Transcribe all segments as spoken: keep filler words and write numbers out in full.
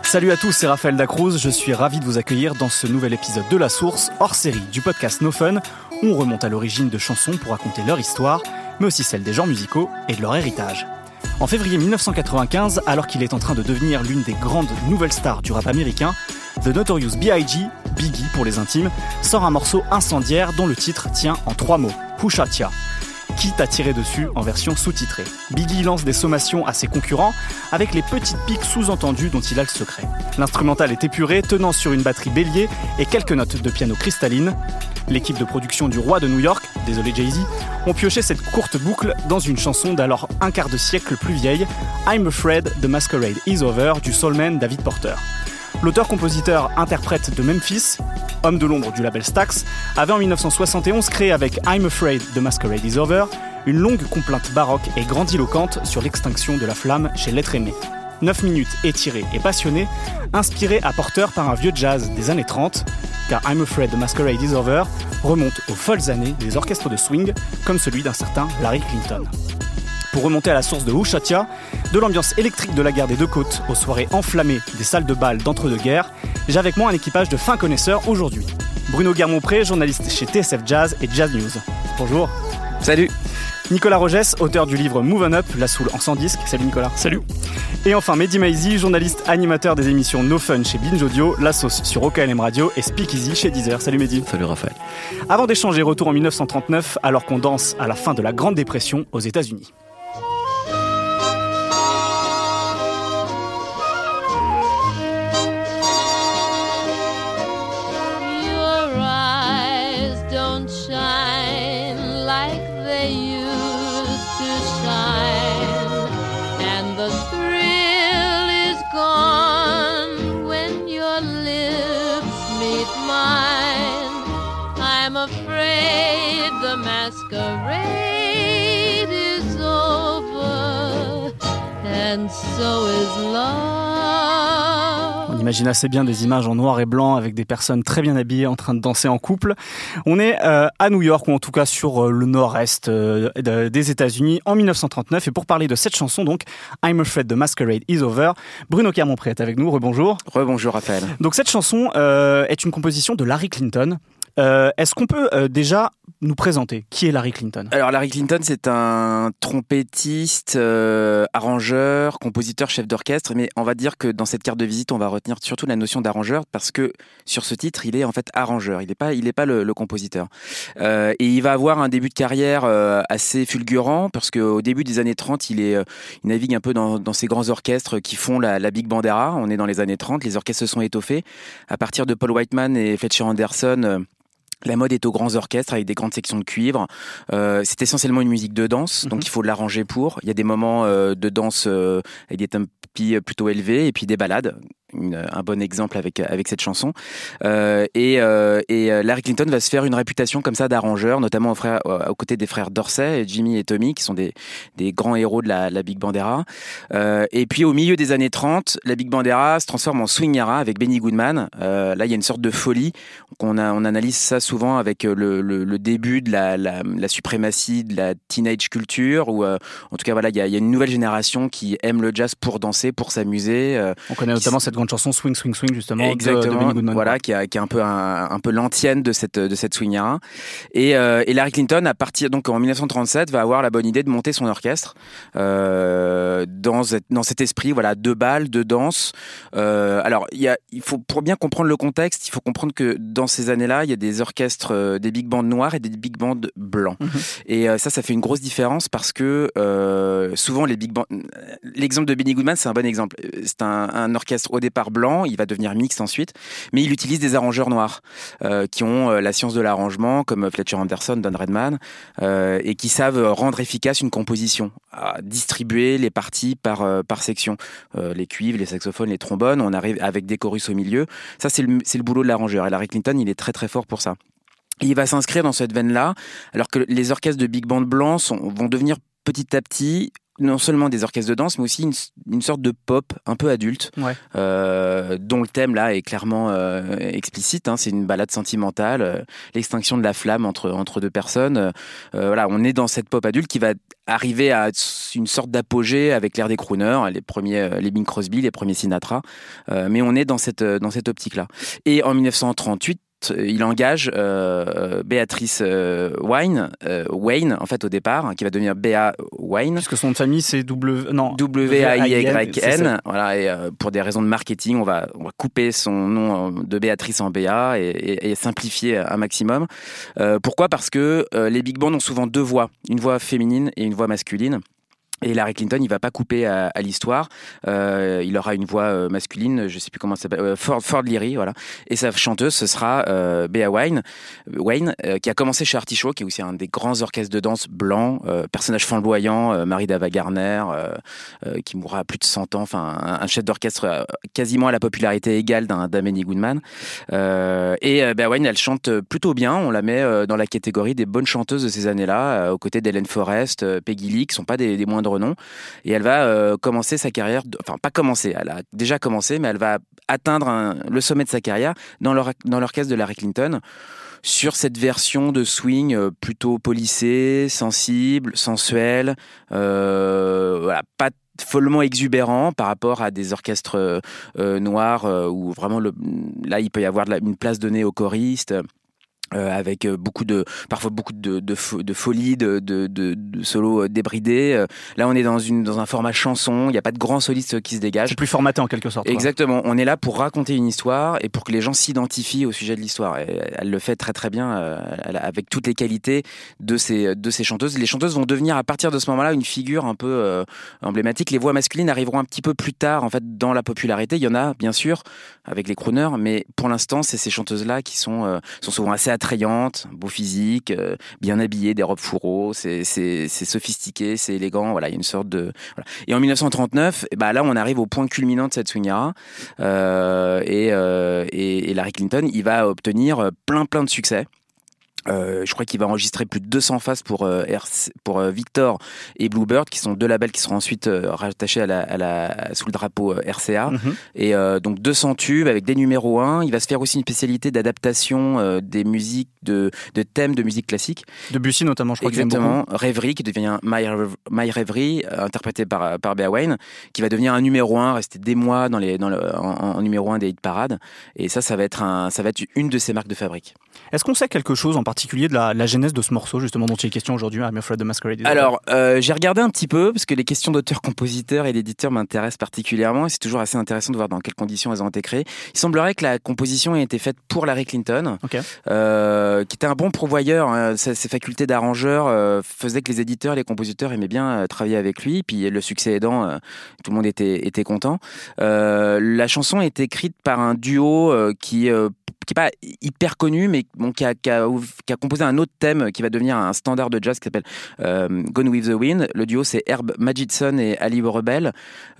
Salut à tous, c'est Raphaël Dacruz, je suis ravi de vous accueillir dans ce nouvel épisode de La Source, hors série du podcast No Fun, où on remonte à l'origine de chansons pour raconter leur histoire, mais aussi celle des genres musicaux et de leur héritage. En février dix-neuf cent quatre-vingt-quinze, alors qu'il est en train de devenir l'une des grandes nouvelles stars du rap américain, The Notorious B I G, Biggie pour les intimes, sort un morceau incendiaire dont le titre tient en trois mots, Pusha T. Quitte à tirer dessus en version sous-titrée. Biggie lance des sommations à ses concurrents avec les petites piques sous-entendues dont il a le secret. L'instrumental est épuré, tenant sur une batterie bélier et quelques notes de piano cristalline. L'équipe de production du Roi de New York, désolé Jay-Z, ont pioché cette courte boucle dans une chanson d'alors un quart de siècle plus vieille, I'm Afraid the Masquerade is Over du soulman David Porter. L'auteur-compositeur-interprète de Memphis, homme de l'ombre du label Stax, avait en dix-neuf cent soixante et onze créé avec I'm Afraid the Masquerade is Over une longue complainte baroque et grandiloquente sur l'extinction de la flamme chez l'être aimé. Neuf minutes étirées et passionnées, inspirées à Porter par un vieux jazz des années trente, car I'm Afraid the Masquerade is Over remonte aux folles années des orchestres de swing, comme celui d'un certain Larry Clinton. Pour remonter à la source de Pusha T, de l'ambiance électrique de la guerre des deux côtes aux soirées enflammées des salles de bal d'entre-deux-guerres, j'ai avec moi un équipage de fins connaisseurs aujourd'hui. Bruno Guermont-Pré, journaliste chez T S F Jazz et Jazz News. Bonjour. Salut. Nicolas Rogès, auteur du livre Move On Up, la soul en cent disques. Salut Nicolas. Salut. Et enfin Mehdi Maizi, journaliste animateur des émissions No Fun chez Binge Audio, La Sauce sur O K L M Radio et Speakeasy chez Deezer. Salut Mehdi. Salut Raphaël. Avant d'échanger, retour en dix-neuf cent trente-neuf, alors qu'on danse à la fin de la Grande Dépression aux États-Unis. Masquerade is over, and so is love. On imagine assez bien des images en noir et blanc avec des personnes très bien habillées en train de danser en couple. On est euh, à New York, ou en tout cas sur euh, le nord-est euh, de, des États-Unis en dix-neuf cent trente-neuf. Et pour parler de cette chanson, donc, I'm Afraid the Masquerade is Over, Bruno Guermont-Pré est avec nous. Rebonjour. Rebonjour Raphaël. Donc cette chanson euh, est une composition de Larry Clinton. Euh, est-ce qu'on peut euh, déjà nous présenter qui est Larry Clinton ? Alors Larry Clinton, c'est un trompettiste, euh, arrangeur, compositeur, chef d'orchestre, mais on va dire que dans cette carte de visite, on va retenir surtout la notion d'arrangeur parce que sur ce titre, il est en fait arrangeur, il n'est pas, il n'est pas le, le compositeur. Euh, et il va avoir un début de carrière euh, assez fulgurant parce qu'au début des années trente, il, est, euh, il navigue un peu dans, dans ces grands orchestres qui font la, la Big Bandera. On est dans les années trente, les orchestres se sont étoffés. À partir de Paul Whiteman et Fletcher Henderson, euh, la mode est aux grands orchestres avec des grandes sections de cuivre. Euh, c'est essentiellement une musique de danse, donc mm-hmm. il faut l'arranger pour. Il y a des moments euh, de danse euh, avec des tempi plutôt élevés et puis des ballades. Une, un bon exemple avec avec cette chanson. Euh, et euh, et Larry Clinton va se faire une réputation comme ça d'arrangeur, notamment aux, frères, aux côtés des frères Dorsey, Jimmy et Tommy, qui sont des des grands héros de la, la Big Bandera. Euh, et puis au milieu des années trente, la Big Bandera se transforme en swingera avec Benny Goodman. Euh, là, il y a une sorte de folie. On a on analyse ça souvent avec le le, le début de la, la la suprématie de la teenage culture, où euh, en tout cas voilà, il y a il y a une nouvelle génération qui aime le jazz pour danser, pour s'amuser. Euh, on connaît notamment cette grande chanson Swing Swing Swing justement. Exactement, de, de Benny Goodman. Voilà, qui, a, qui est un peu un, un peu l'antienne de cette de cette swingera. Et, euh, et Larry Clinton, à partir donc en dix-neuf cent trente-sept, va avoir la bonne idée de monter son orchestre euh, dans dans cet esprit voilà de bal, de danse. Euh, alors il y a il faut pour bien comprendre le contexte, il faut comprendre que dans ces années-là, il y a des orchestres, euh, des big bands noirs et des big bands blancs. Mm-hmm. Et euh, ça, ça fait une grosse différence parce que euh, souvent les big bands, l'exemple de Benny Goodman, c'est un bon exemple. C'est un, un orchestre au départ blanc, il va devenir mixte ensuite, mais il utilise des arrangeurs noirs euh, qui ont euh, la science de l'arrangement, comme Fletcher Henderson, Don Redman, euh, et qui savent rendre efficace une composition, à distribuer les parties par euh, par section, euh, les cuivres, les saxophones, les trombones. On arrive avec des chorus au milieu. Ça, c'est le c'est le boulot de l'arrangeur. Et Larry Clinton, il est très très fort pour ça. Et il va s'inscrire dans cette veine-là, alors que les orchestres de big band blancs sont, vont devenir petit à petit non seulement des orchestres de danse, mais aussi une, une sorte de pop un peu adulte, Ouais. euh, dont le thème là est clairement euh, explicite. Hein, c'est une balade sentimentale, euh, l'extinction de la flamme entre entre deux personnes. Euh, voilà, on est dans cette pop adulte qui va arriver à une sorte d'apogée avec l'ère des crooners, les premiers, euh, les Bing Crosby, les premiers Sinatra. Euh, mais on est dans cette dans cette optique là. Et en dix-neuf cent trente-huit, il engage euh, Béatrice euh, Wayne, euh, Wayne en fait au départ, hein, qui va devenir Béa Wayne. Puisque son nom de famille c'est W non W A Y c'est ça. N. Voilà, et euh, pour des raisons de marketing, on va on va couper son nom de Béatrice en Béa et, et, et simplifier un maximum. Euh, pourquoi ? Parce que euh, les big bands ont souvent deux voix, une voix féminine et une voix masculine. Et Larry Clinton, il va pas couper à, à l'histoire. Euh, il aura une voix euh, masculine, je sais plus comment ça s'appelle, euh, Ford, Ford Leary, voilà. Et sa chanteuse, ce sera euh, Béa Wayne, Wayne euh, qui a commencé chez Artichaut, qui est aussi un des grands orchestres de danse blancs, euh, personnage flamboyant, euh, mari d'Ava Gardner, euh, euh, qui mourra à plus de cent ans, enfin un, un chef d'orchestre euh, quasiment à la popularité égale d'un, d'un Benny Goodman. Euh, et euh, Béa Wayne, elle chante plutôt bien. On la met euh, dans la catégorie des bonnes chanteuses de ces années-là, euh, aux côtés d'Hélène Forrest, euh, Peggy Lee, qui sont pas des, des moindres renom, et elle va euh, commencer sa carrière, de, enfin pas commencer, elle a déjà commencé, mais elle va atteindre un, le sommet de sa carrière dans, leur, dans l'orchestre de Larry Clinton, sur cette version de swing euh, plutôt policée, sensible, sensuelle, euh, voilà, pas follement exubérant par rapport à des orchestres euh, noirs euh, où vraiment le, là il peut y avoir de la, une place donnée aux choristes. Euh, avec beaucoup de, parfois beaucoup de, de, de folie, de, de, de, de solos débridés. Euh, là, on est dans une, dans un format chanson. Il n'y a pas de grands solistes qui se dégagent. C'est plus formaté en quelque sorte. Exactement. Quoi. On est là pour raconter une histoire et pour que les gens s'identifient au sujet de l'histoire. Et elle le fait très très bien, euh, elle, avec toutes les qualités de ces, de ces chanteuses. Les chanteuses vont devenir à partir de ce moment-là une figure un peu euh, emblématique. Les voix masculines arriveront un petit peu plus tard, en fait, dans la popularité. Il y en a, bien sûr, avec les crooners, mais pour l'instant, c'est ces chanteuses-là qui sont, euh, sont souvent assez attrayante, beau physique, euh, bien habillée, des robes fourreaux, c'est, c'est, c'est sophistiqué, c'est élégant, voilà, il y a une sorte de... Voilà. Et en dix-neuf cent trente-neuf, et bah là, on arrive au point culminant de cette swing era, euh, et, euh, et, et Larry Clinton, il va obtenir plein plein de succès. Euh, je crois qu'il va enregistrer plus de deux cents faces pour, euh, R C, pour euh, Victor et Bluebird, qui sont deux labels qui seront ensuite euh, rattachés à la, à la, sous le drapeau euh, R C A. Mm-hmm. Et euh, donc deux cents tubes avec des numéros un. Il va se faire aussi une spécialité d'adaptation euh, des musiques, de, de thèmes de musique classique. Debussy notamment, je crois. Exactement. Rêverie, qui devient My, My Rêverie, euh, interprété par, par Béa Wayne, qui va devenir un numéro un, rester des mois dans les, dans le, en, en numéro un des hit parades. Et ça, ça va être, un, ça va être une de ses marques de fabrique. Est-ce qu'on sait quelque chose en particulier de la, la genèse de ce morceau, justement, dont il est question aujourd'hui, I'm Afraid the Masquerade? Alors, euh, j'ai regardé un petit peu, parce que les questions d'auteur-compositeur et d'éditeur m'intéressent particulièrement, et c'est toujours assez intéressant de voir dans quelles conditions elles ont été créées. Il semblerait que la composition ait été faite pour Larry Clinton, okay. euh, qui était un bon pourvoyeur. Hein, ses, ses facultés d'arrangeur euh, faisaient que les éditeurs et les compositeurs aimaient bien euh, travailler avec lui, puis le succès aidant, euh, tout le monde était, était content. Euh, la chanson est écrite par un duo euh, qui... Euh, qui n'est pas hyper connu, mais bon, qui, a, qui, a, qui a composé un autre thème qui va devenir un standard de jazz qui s'appelle euh, Gone with the Wind. Le duo, c'est Herb Magidson et Ali Rebel.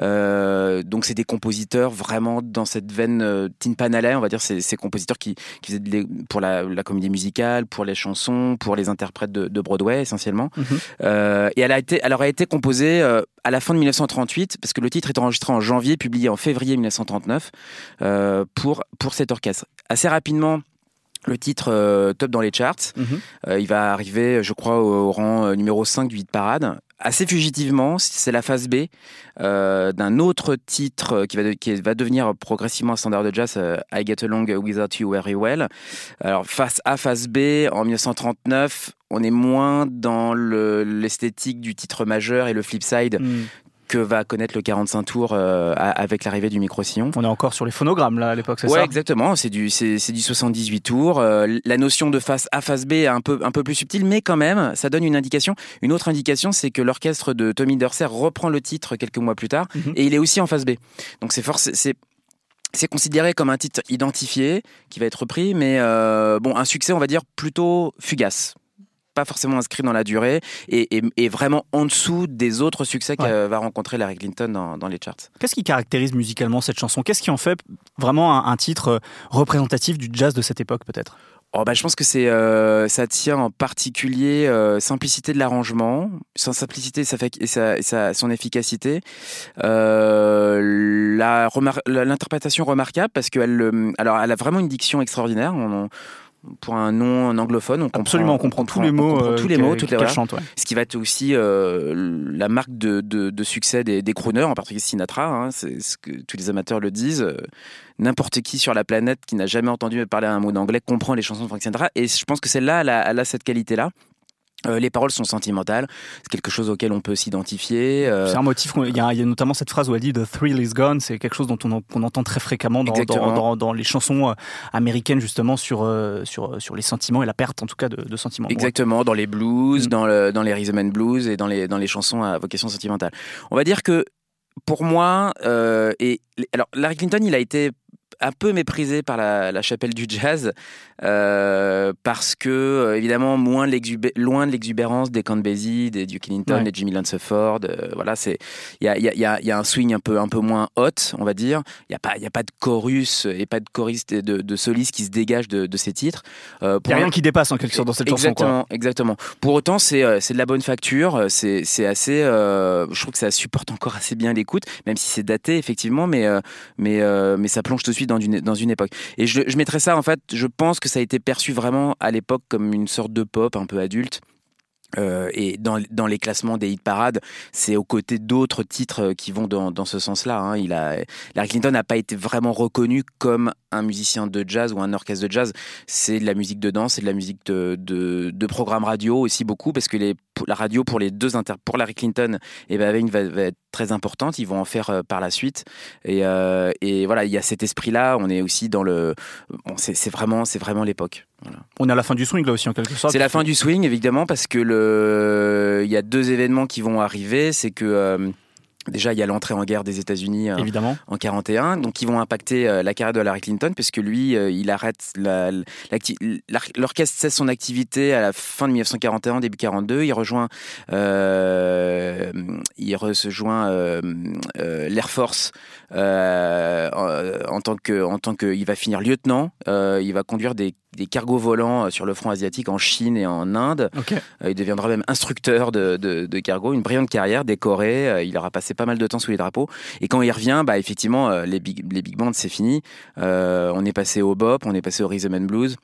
Euh, donc, c'est des compositeurs vraiment dans cette veine euh, Tin Pan Alley, on va dire. C'est ces compositeurs qui, qui faisaient les, pour la, la comédie musicale, pour les chansons, pour les interprètes de, de Broadway, essentiellement. Mm-hmm. Euh, et elle, a été, elle aurait été composée euh, à la fin de dix-neuf cent trente-huit, parce que le titre est enregistré en janvier, publié en février dix-neuf cent trente-neuf, euh, pour, pour cet orchestre. Assez rapidement, le titre euh, top dans les charts. Mm-hmm. Euh, il va arriver, je crois, au, au rang euh, numéro cinq du hit parade. Assez fugitivement, c'est la phase B euh, d'un autre titre qui va, de, qui va devenir progressivement un standard de jazz, euh, I Get Along Without You Very Well. Alors, face A, phase B, en dix-neuf cent trente-neuf, on est moins dans le, l'esthétique du titre majeur et le flip side. Mm. que va connaître le quarante-cinq tours euh, avec l'arrivée du micro-sillon. On est encore sur les phonogrammes là à l'époque, c'est ouais, ça ? Ouais, exactement, c'est du, c'est, c'est du soixante-dix-huit tours. Euh, la notion de face A, face B est un peu, un peu plus subtile, mais quand même, ça donne une indication. Une autre indication, c'est que l'orchestre de Tommy Dorsey reprend le titre quelques mois plus tard, mm-hmm. et il est aussi en face B. Donc c'est force, c'est C'est considéré comme un titre identifié, qui va être repris, mais euh, bon, un succès, on va dire, plutôt fugace. Pas forcément inscrit dans la durée et, et, et vraiment en dessous des autres succès ouais. que va rencontrer Larry Clinton dans, dans les charts. Qu'est-ce qui caractérise musicalement cette chanson ? Qu'est-ce qui en fait vraiment un, un titre représentatif du jazz de cette époque peut-être ? Oh bah, je pense que c'est, euh, ça tient en particulier euh, simplicité de l'arrangement, sans simplicité sa fa- et, sa, et sa- son efficacité, euh, la remar- la- l'interprétation remarquable parce qu'elle, euh, alors elle a vraiment une diction extraordinaire. On, on- pour un nom en anglophone, on comprend, Absolument, on comprend tous les mots, on comprend euh, tous les qu'elle- mots, toutes les qu'elle voilà. chante. Ouais. Ce qui va être aussi euh, la marque de, de, de succès des, des crooners, en particulier Sinatra. Hein, c'est ce que tous les amateurs le disent. Euh, n'importe qui sur la planète qui n'a jamais entendu parler un mot d'anglais comprend les chansons de Frank Sinatra. Et je pense que celle-là, elle a, elle a cette qualité-là. Euh, les paroles sont sentimentales, c'est quelque chose auquel on peut s'identifier. Euh... C'est un motif, qu'on- il y, a, il y a notamment cette phrase où elle dit « The thrill is gone », c'est quelque chose dont on, qu'on entend très fréquemment dans, dans, dans, dans les chansons américaines justement sur, euh, sur, sur les sentiments et la perte en tout cas de, de sentiments. Exactement, dans les blues, mm. dans, le, dans les rhythm and blues et dans les, dans les chansons à vocation sentimentale. On va dire que pour moi, euh, et, alors Larry Clinton, il a été un peu méprisé par la, la chapelle du jazz euh, parce que évidemment moins l'exubé- loin de l'exubérance des Count Basie, des Duke Ellington, ouais. des Jimmy Lanceford. Euh, voilà, c'est il y a, y, a, y, a, y a un swing un peu un peu moins hot, on va dire. Il y a pas il y a pas de chorus et pas de choriste de, de solistes qui se dégagent de, de ces titres. Euh, il y a rien qui dépasse en quelque sorte dans cette exactement, chanson. Quoi. Exactement. Pour autant, c'est c'est de la bonne facture. C'est c'est assez. Euh, je trouve que ça supporte encore assez bien l'écoute, même si c'est daté effectivement, mais euh, mais euh, mais ça plonge tout de suite dans une dans une époque. Et je, je mettrais ça en fait. Je pense que ça a été perçu vraiment à l'époque comme une sorte de pop un peu adulte. Euh, et dans, dans les classements des hit parades, c'est aux côtés d'autres titres qui vont dans, dans ce sens-là. Hein. Il a, Larry Clinton n'a pas été vraiment reconnu comme un musicien de jazz ou un orchestre de jazz. C'est de la musique de danse, c'est de la musique de, de, de programmes radio aussi beaucoup, parce que les, la radio pour les deux inter, pour Larry Clinton et Bob Havane va, va être très importante. Ils vont en faire euh, par la suite. Et, euh, et voilà, il y a cet esprit-là. On est aussi dans le, bon, c'est, c'est vraiment, c'est vraiment l'époque. Voilà. On est à la fin du swing là aussi en quelque sorte. C'est la fin du swing évidemment parce que le, il y a deux événements qui vont arriver, c'est que euh, déjà il y a l'entrée en guerre des États-Unis euh, évidemment en quarante et un, donc qui vont impacter euh, la carrière de Larry Clinton puisque lui euh, il arrête la, la, l'orchestre cesse son activité à la fin de dix-neuf cent quarante et un, début quarante-deux, il rejoint euh, il rejoint euh, euh, l'Air Force. Euh, en, en tant que, en tant que, il va finir lieutenant. Euh, il va conduire des, des cargos volants sur le front asiatique en Chine et en Inde. Okay. Euh, il deviendra même instructeur de, de, de cargo. Une brillante carrière, décorée. Euh, il aura passé pas mal de temps sous les drapeaux. Et quand il revient, bah effectivement, euh, les big, les big bands, c'est fini. Euh, on est passé au bop, on est passé au rhythm and blues.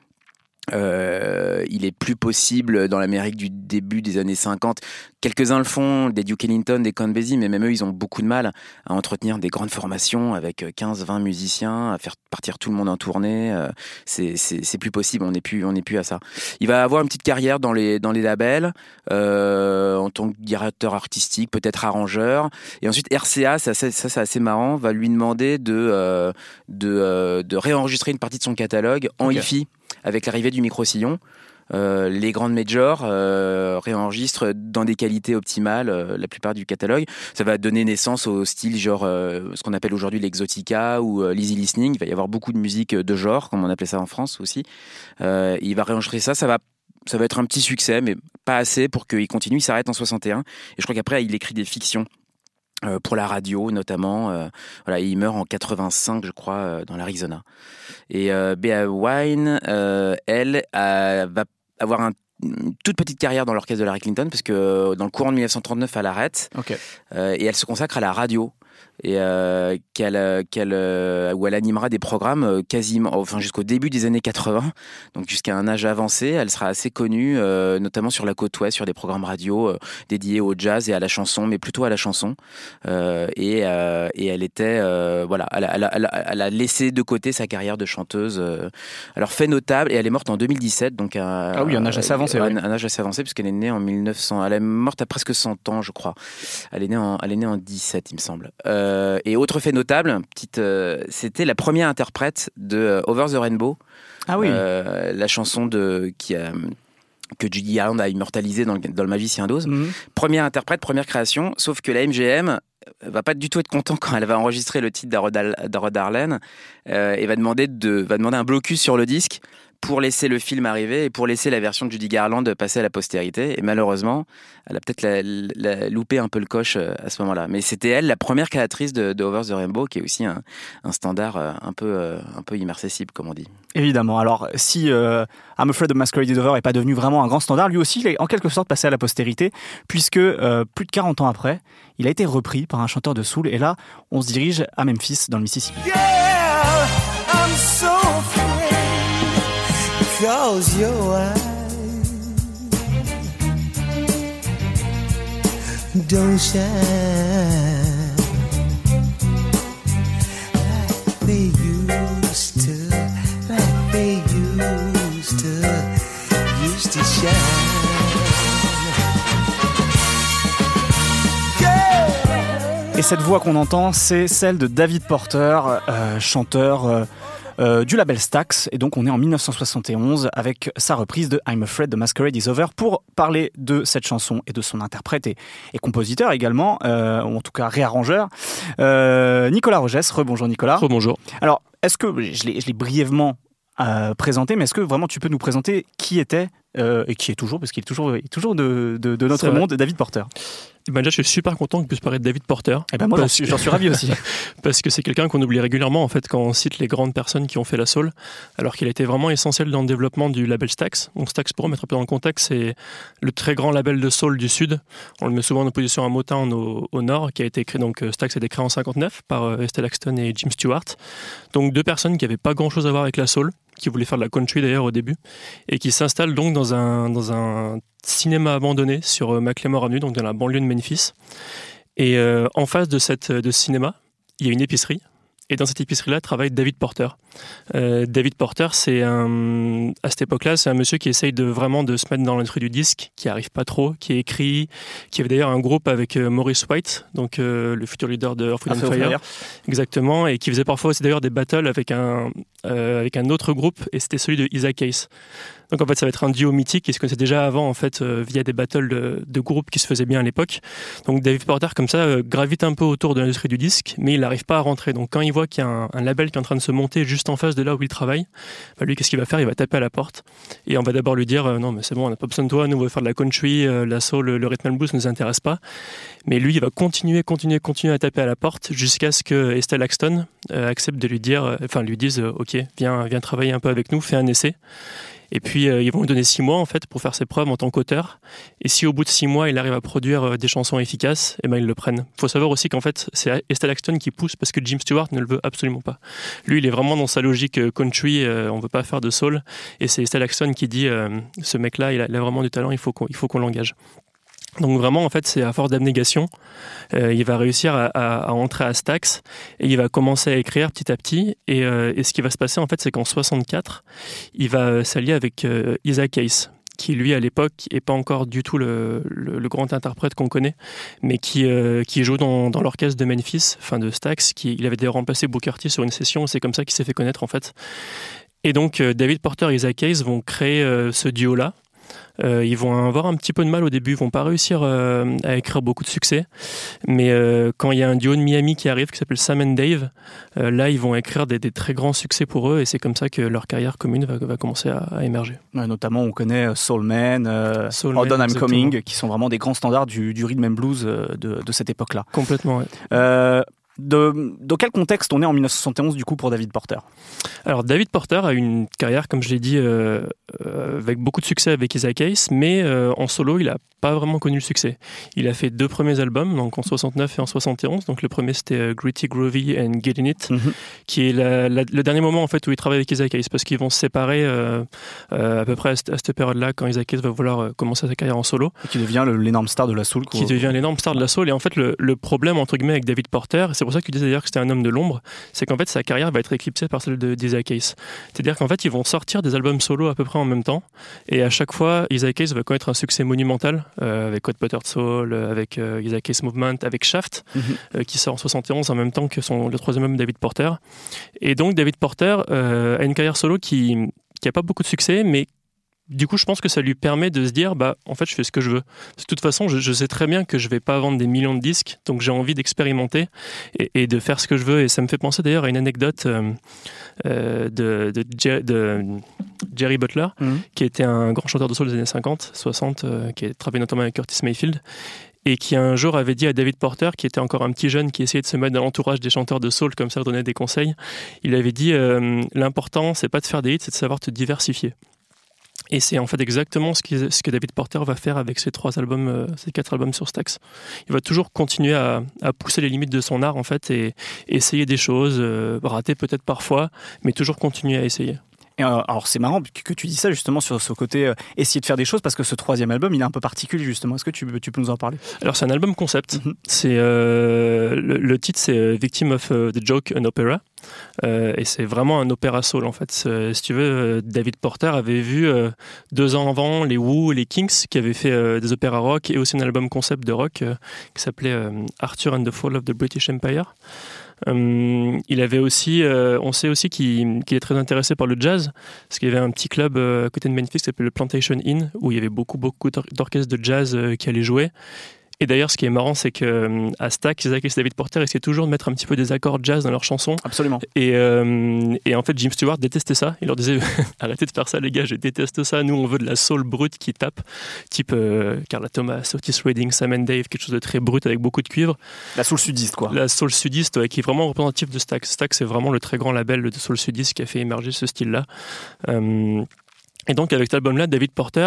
Euh, il est plus possible dans l'Amérique du début des années cinquante. Quelques-uns le font, des Duke Ellington, des Count Basie, mais même eux, ils ont beaucoup de mal à entretenir des grandes formations avec quinze vingt musiciens, à faire partir tout le monde en tournée. C'est, c'est, c'est plus possible, on n'est plus, on n'est plus à ça. Il va avoir une petite carrière dans les, dans les labels, euh, en tant que directeur artistique, peut-être arrangeur. Et ensuite, R C A, ça, ça, ça c'est assez marrant, va lui demander de, euh, de, euh, de réenregistrer une partie de son catalogue en okay. hi-fi. Avec l'arrivée du micro-sillon, euh, les grandes majors euh, réenregistrent dans des qualités optimales euh, la plupart du catalogue. Ça va donner naissance au style genre euh, ce qu'on appelle aujourd'hui l'exotica ou euh, l'easy listening. Il va y avoir beaucoup de musique de genre, comme on appelait ça en France aussi. Euh, il va réenregistrer ça, ça va ça va être un petit succès, mais pas assez pour qu'il continue. Il s'arrête en soixante et un, et je crois qu'après il écrit des fictions. Euh, pour la radio notamment, euh, voilà, il meurt en quatre-vingt-cinq, je crois, euh, dans l'Arizona. Et euh, Bea Wine, euh, elle, euh, va avoir un, une toute petite carrière dans l'orchestre de Larry Clinton, parce que dans le courant de dix-neuf cent trente-neuf, elle arrête, okay. euh, et elle se consacre à la radio. Et euh, qu'elle, qu'elle, euh, où elle animera des programmes euh, quasiment, enfin jusqu'au début des années quatre-vingts, donc jusqu'à un âge avancé. Elle sera assez connue, euh, notamment sur la côte ouest, sur des programmes radio euh, dédiés au jazz et à la chanson, mais plutôt à la chanson. Euh, et, euh, et elle était, euh, voilà, elle a, elle, a, elle, a, elle a laissé de côté sa carrière de chanteuse. Euh, alors fait notable, et elle est morte en deux mille dix-sept, donc un, ah oui, un âge assez avancé. Un, oui. un âge assez avancé, puisqu'elle est née en mille neuf cents. Elle est morte à presque cent ans, je crois. Elle est née en, elle est née en dix-sept, il me semble. Euh, Et autre fait notable, petite, euh, c'était la première interprète de euh, Over the Rainbow, ah oui. euh, la chanson de, qui a, que Judy Garland a immortalisée dans le, dans le Magicien d'Oz. Mm-hmm. Première interprète, première création, sauf que la M G M va pas du tout être content quand elle va enregistrer le titre d'Harold Arlen euh, et va demander, de, va demander un blocus sur le disque pour laisser le film arriver et pour laisser la version de Judy Garland passer à la postérité. Et malheureusement, elle a peut-être la, la, loupé un peu le coche à ce moment-là. Mais c'était elle, la première créatrice de, de Over the Rainbow, qui est aussi un, un standard un peu, un peu immersible, comme on dit. Évidemment. Alors, si euh, I'm Afraid the Masquerade is Over n'est pas devenu vraiment un grand standard, lui aussi, il est en quelque sorte passé à la postérité, puisque euh, plus de quarante ans après, il a été repris par un chanteur de soul. Et là, on se dirige à Memphis, dans le Mississippi. Yeah, I'm so afraid because your eyes don't shine like they used to, like they used to, used to shine. Et cette voix qu'on entend, c'est celle de David Porter, euh, chanteur euh, euh, du label Stax. Et donc on est en dix-neuf cent soixante et onze avec sa reprise de I'm Afraid the Masquerade is Over pour parler de cette chanson et de son interprète et, et compositeur également, euh, ou en tout cas réarrangeur. Euh, Nicolas Rogès, rebonjour Nicolas. Rebonjour. Alors, est-ce que, je l'ai, je l'ai brièvement euh, présenté, mais est-ce que vraiment tu peux nous présenter qui était, euh, et qui est toujours, parce qu'il est toujours, il est toujours de, de, de notre monde, David Porter? Eh ben déjà, je suis super content qu'on puisse parler de David Porter. Eh ben moi, j'en suis, j'en suis ravi aussi. Parce que c'est quelqu'un qu'on oublie régulièrement en fait quand on cite les grandes personnes qui ont fait la soul, alors qu'il a été vraiment essentiel dans le développement du label Stax. Donc Stax, pour remettre un peu dans le contexte, c'est le très grand label de soul du Sud. On le met souvent en opposition à Motown au, au Nord, qui a été créé, donc Stax a été créé en cinquante-neuf par euh, Estelle Axton et Jim Stewart. Donc deux personnes qui n'avaient pas grand-chose à voir avec la soul, qui voulaient faire de la country d'ailleurs au début, et qui s'installent donc dans un, dans un cinéma abandonné sur McLemore Avenue, donc dans la banlieue de Memphis. Et euh, en face de, cette, de ce cinéma, il y a une épicerie. Et dans cette épicerie-là travaille David Porter. Euh, David Porter, c'est un, à cette époque-là, c'est un monsieur qui essaye de vraiment de se mettre dans l'industrie du disque, qui arrive pas trop, qui écrit, qui avait d'ailleurs un groupe avec euh, Maurice White, donc euh, le futur leader de Earth, Wind and Fire, exactement, et qui faisait parfois aussi d'ailleurs des battles avec un euh, avec un autre groupe, et c'était celui de Isaac Hayes. Donc en fait, ça va être un duo mythique qui se connaissait déjà avant en fait euh, via des battles de, de groupes qui se faisaient bien à l'époque. Donc David Porter comme ça euh, gravite un peu autour de l'industrie du disque, mais il n'arrive pas à rentrer. Donc quand il voit qu'il y a un, un label qui est en train de se monter juste en face de là où il travaille, bah lui qu'est-ce qu'il va faire? Il va taper à la porte et on va d'abord lui dire euh, non mais c'est bon, on n'a pas besoin de toi, nous on veut faire de la country, euh, la soul, le, le rhythm and blues ne nous intéresse pas. Mais lui il va continuer, continuer, continuer à taper à la porte jusqu'à ce que Estelle Axton euh, accepte de lui dire, euh, enfin lui dise euh, ok viens, viens travailler un peu avec nous, fais un essai. Et puis euh, ils vont lui donner six mois en fait pour faire ses preuves en tant qu'auteur. Et si au bout de six mois il arrive à produire euh, des chansons efficaces, et ben ils le prennent. Il faut savoir aussi qu'en fait c'est Estelle Axton qui pousse parce que Jim Stewart ne le veut absolument pas. Lui il est vraiment dans sa logique euh, country, euh, on veut pas faire de soul. Et c'est Estelle Axton qui dit euh, ce mec-là il a, il a vraiment du talent, il faut qu'on, il faut qu'on l'engage. Donc vraiment, en fait, c'est à force d'abnégation, euh, il va réussir à, à, à entrer à Stax et il va commencer à écrire petit à petit. Et, euh, et ce qui va se passer, en fait, c'est qu'en soixante-quatre, il va s'allier avec euh, Isaac Hayes, qui lui, à l'époque, n'est pas encore du tout le, le, le grand interprète qu'on connaît, mais qui, euh, qui joue dans, dans l'orchestre de Memphis, enfin de Stax. Qui, il avait déjà remplacé Booker T sur une session, c'est comme ça qu'il s'est fait connaître, en fait. Et donc, euh, David Porter et Isaac Hayes vont créer euh, ce duo-là. Euh, ils vont avoir un petit peu de mal au début, ils vont pas réussir euh, à écrire beaucoup de succès, mais euh, quand il y a un duo de Miami qui arrive qui s'appelle Sam and Dave, euh, là ils vont écrire des, des très grands succès pour eux et c'est comme ça que leur carrière commune va, va commencer à, à émerger. Ouais, notamment on connaît Soul Man, euh, Soul Hold On Man, I'm Coming, qui sont vraiment des grands standards du, du rhythm and blues de, de cette époque-là. Complètement, ouais. Euh, De, dans quel contexte on est en dix-neuf cent soixante et onze du coup pour David Porter? Alors David Porter a une carrière, comme je l'ai dit, euh, euh, avec beaucoup de succès avec Isaac Hayes, mais euh, en solo il a pas vraiment connu le succès. Il a fait deux premiers albums, donc en soixante-neuf et en soixante et onze. Donc le premier c'était euh, Gritty Groovy and Get In It, mm-hmm. qui est la, la, le dernier moment en fait où il travaille avec Isaac Hayes parce qu'ils vont se séparer euh, euh, à peu près à cette, à cette période-là quand Isaac Hayes va vouloir euh, commencer sa carrière en solo. Et qui devient le, l'énorme star de la soul. Qui devient l'énorme star de la soul. Et en fait le, le problème entre guillemets avec David Porter, c'est pour ça que tu disais d'ailleurs que c'était un homme de l'ombre, c'est qu'en fait sa carrière va être éclipsée par celle de, d'Isaac Hayes. C'est-à-dire qu'en fait ils vont sortir des albums solo à peu près en même temps et à chaque fois Isaac Hayes va connaître un succès monumental euh, avec Hot Buttered Soul, euh, avec euh, Isaac Hayes Movement, avec Shaft mm-hmm. euh, qui sort en soixante et onze en même temps que son, le troisième album David Porter. Et donc David Porter euh, a une carrière solo qui qui a pas beaucoup de succès mais du coup, je pense que ça lui permet de se dire, bah, en fait, je fais ce que je veux. De toute façon, je, je sais très bien que je vais pas vendre des millions de disques, donc j'ai envie d'expérimenter et, et de faire ce que je veux. Et ça me fait penser d'ailleurs à une anecdote euh, euh, de, de, de, de Jerry Butler, mmh. qui était un grand chanteur de soul des années cinquante, soixante, euh, qui a travaillé notamment avec Curtis Mayfield, et qui un jour avait dit à David Porter, qui était encore un petit jeune, qui essayait de se mettre dans l'entourage des chanteurs de soul, comme ça, donnait des conseils. Il avait dit, euh, l'important, c'est pas de faire des hits, c'est de savoir te diversifier. Et c'est en fait exactement ce, qui, ce que David Porter va faire avec ses trois albums, euh, ses quatre albums sur Stax. Il va toujours continuer à, à pousser les limites de son art en fait et, et essayer des choses, euh, rater peut-être parfois, mais toujours continuer à essayer. Et euh, alors c'est marrant que tu dis ça justement sur ce côté euh, essayer de faire des choses parce que ce troisième album il est un peu particulier justement. Est-ce que tu, tu peux nous en parler ? Alors c'est un album concept. Mm-hmm. C'est euh, le, le titre c'est Victim of uh, the Joke, an Opera. Euh, et c'est vraiment un opéra soul en fait. C'est, si tu veux, David Porter avait vu euh, deux ans avant les Who et les Kings qui avaient fait euh, des opéras rock et aussi un album concept de rock euh, qui s'appelait euh, Arthur and the Fall of the British Empire. Euh, il avait aussi, euh, on sait aussi qu'il, qu'il est très intéressé par le jazz, parce qu'il y avait un petit club euh, à côté de Memphis qui s'appelait le Plantation Inn, où il y avait beaucoup, beaucoup d'orchestres de jazz euh, qui allaient jouer. Et d'ailleurs, ce qui est marrant, c'est qu'à Stax, Isaac et David Porter essayaient toujours de mettre un petit peu des accords jazz dans leurs chansons. Absolument. Et, euh, et en fait, Jim Stewart détestait ça. Il leur disait arrêtez de faire ça, les gars, je déteste ça. Nous, on veut de la soul brute qui tape, type euh, Carla Thomas, Otis Redding, Sam and Dave, quelque chose de très brut avec beaucoup de cuivre. La soul sudiste, quoi. La soul sudiste, ouais, qui est vraiment représentative de Stax. Stax, c'est vraiment le très grand label de soul sudiste qui a fait émerger ce style-là. Euh, et donc, avec cet album-là, David Porter.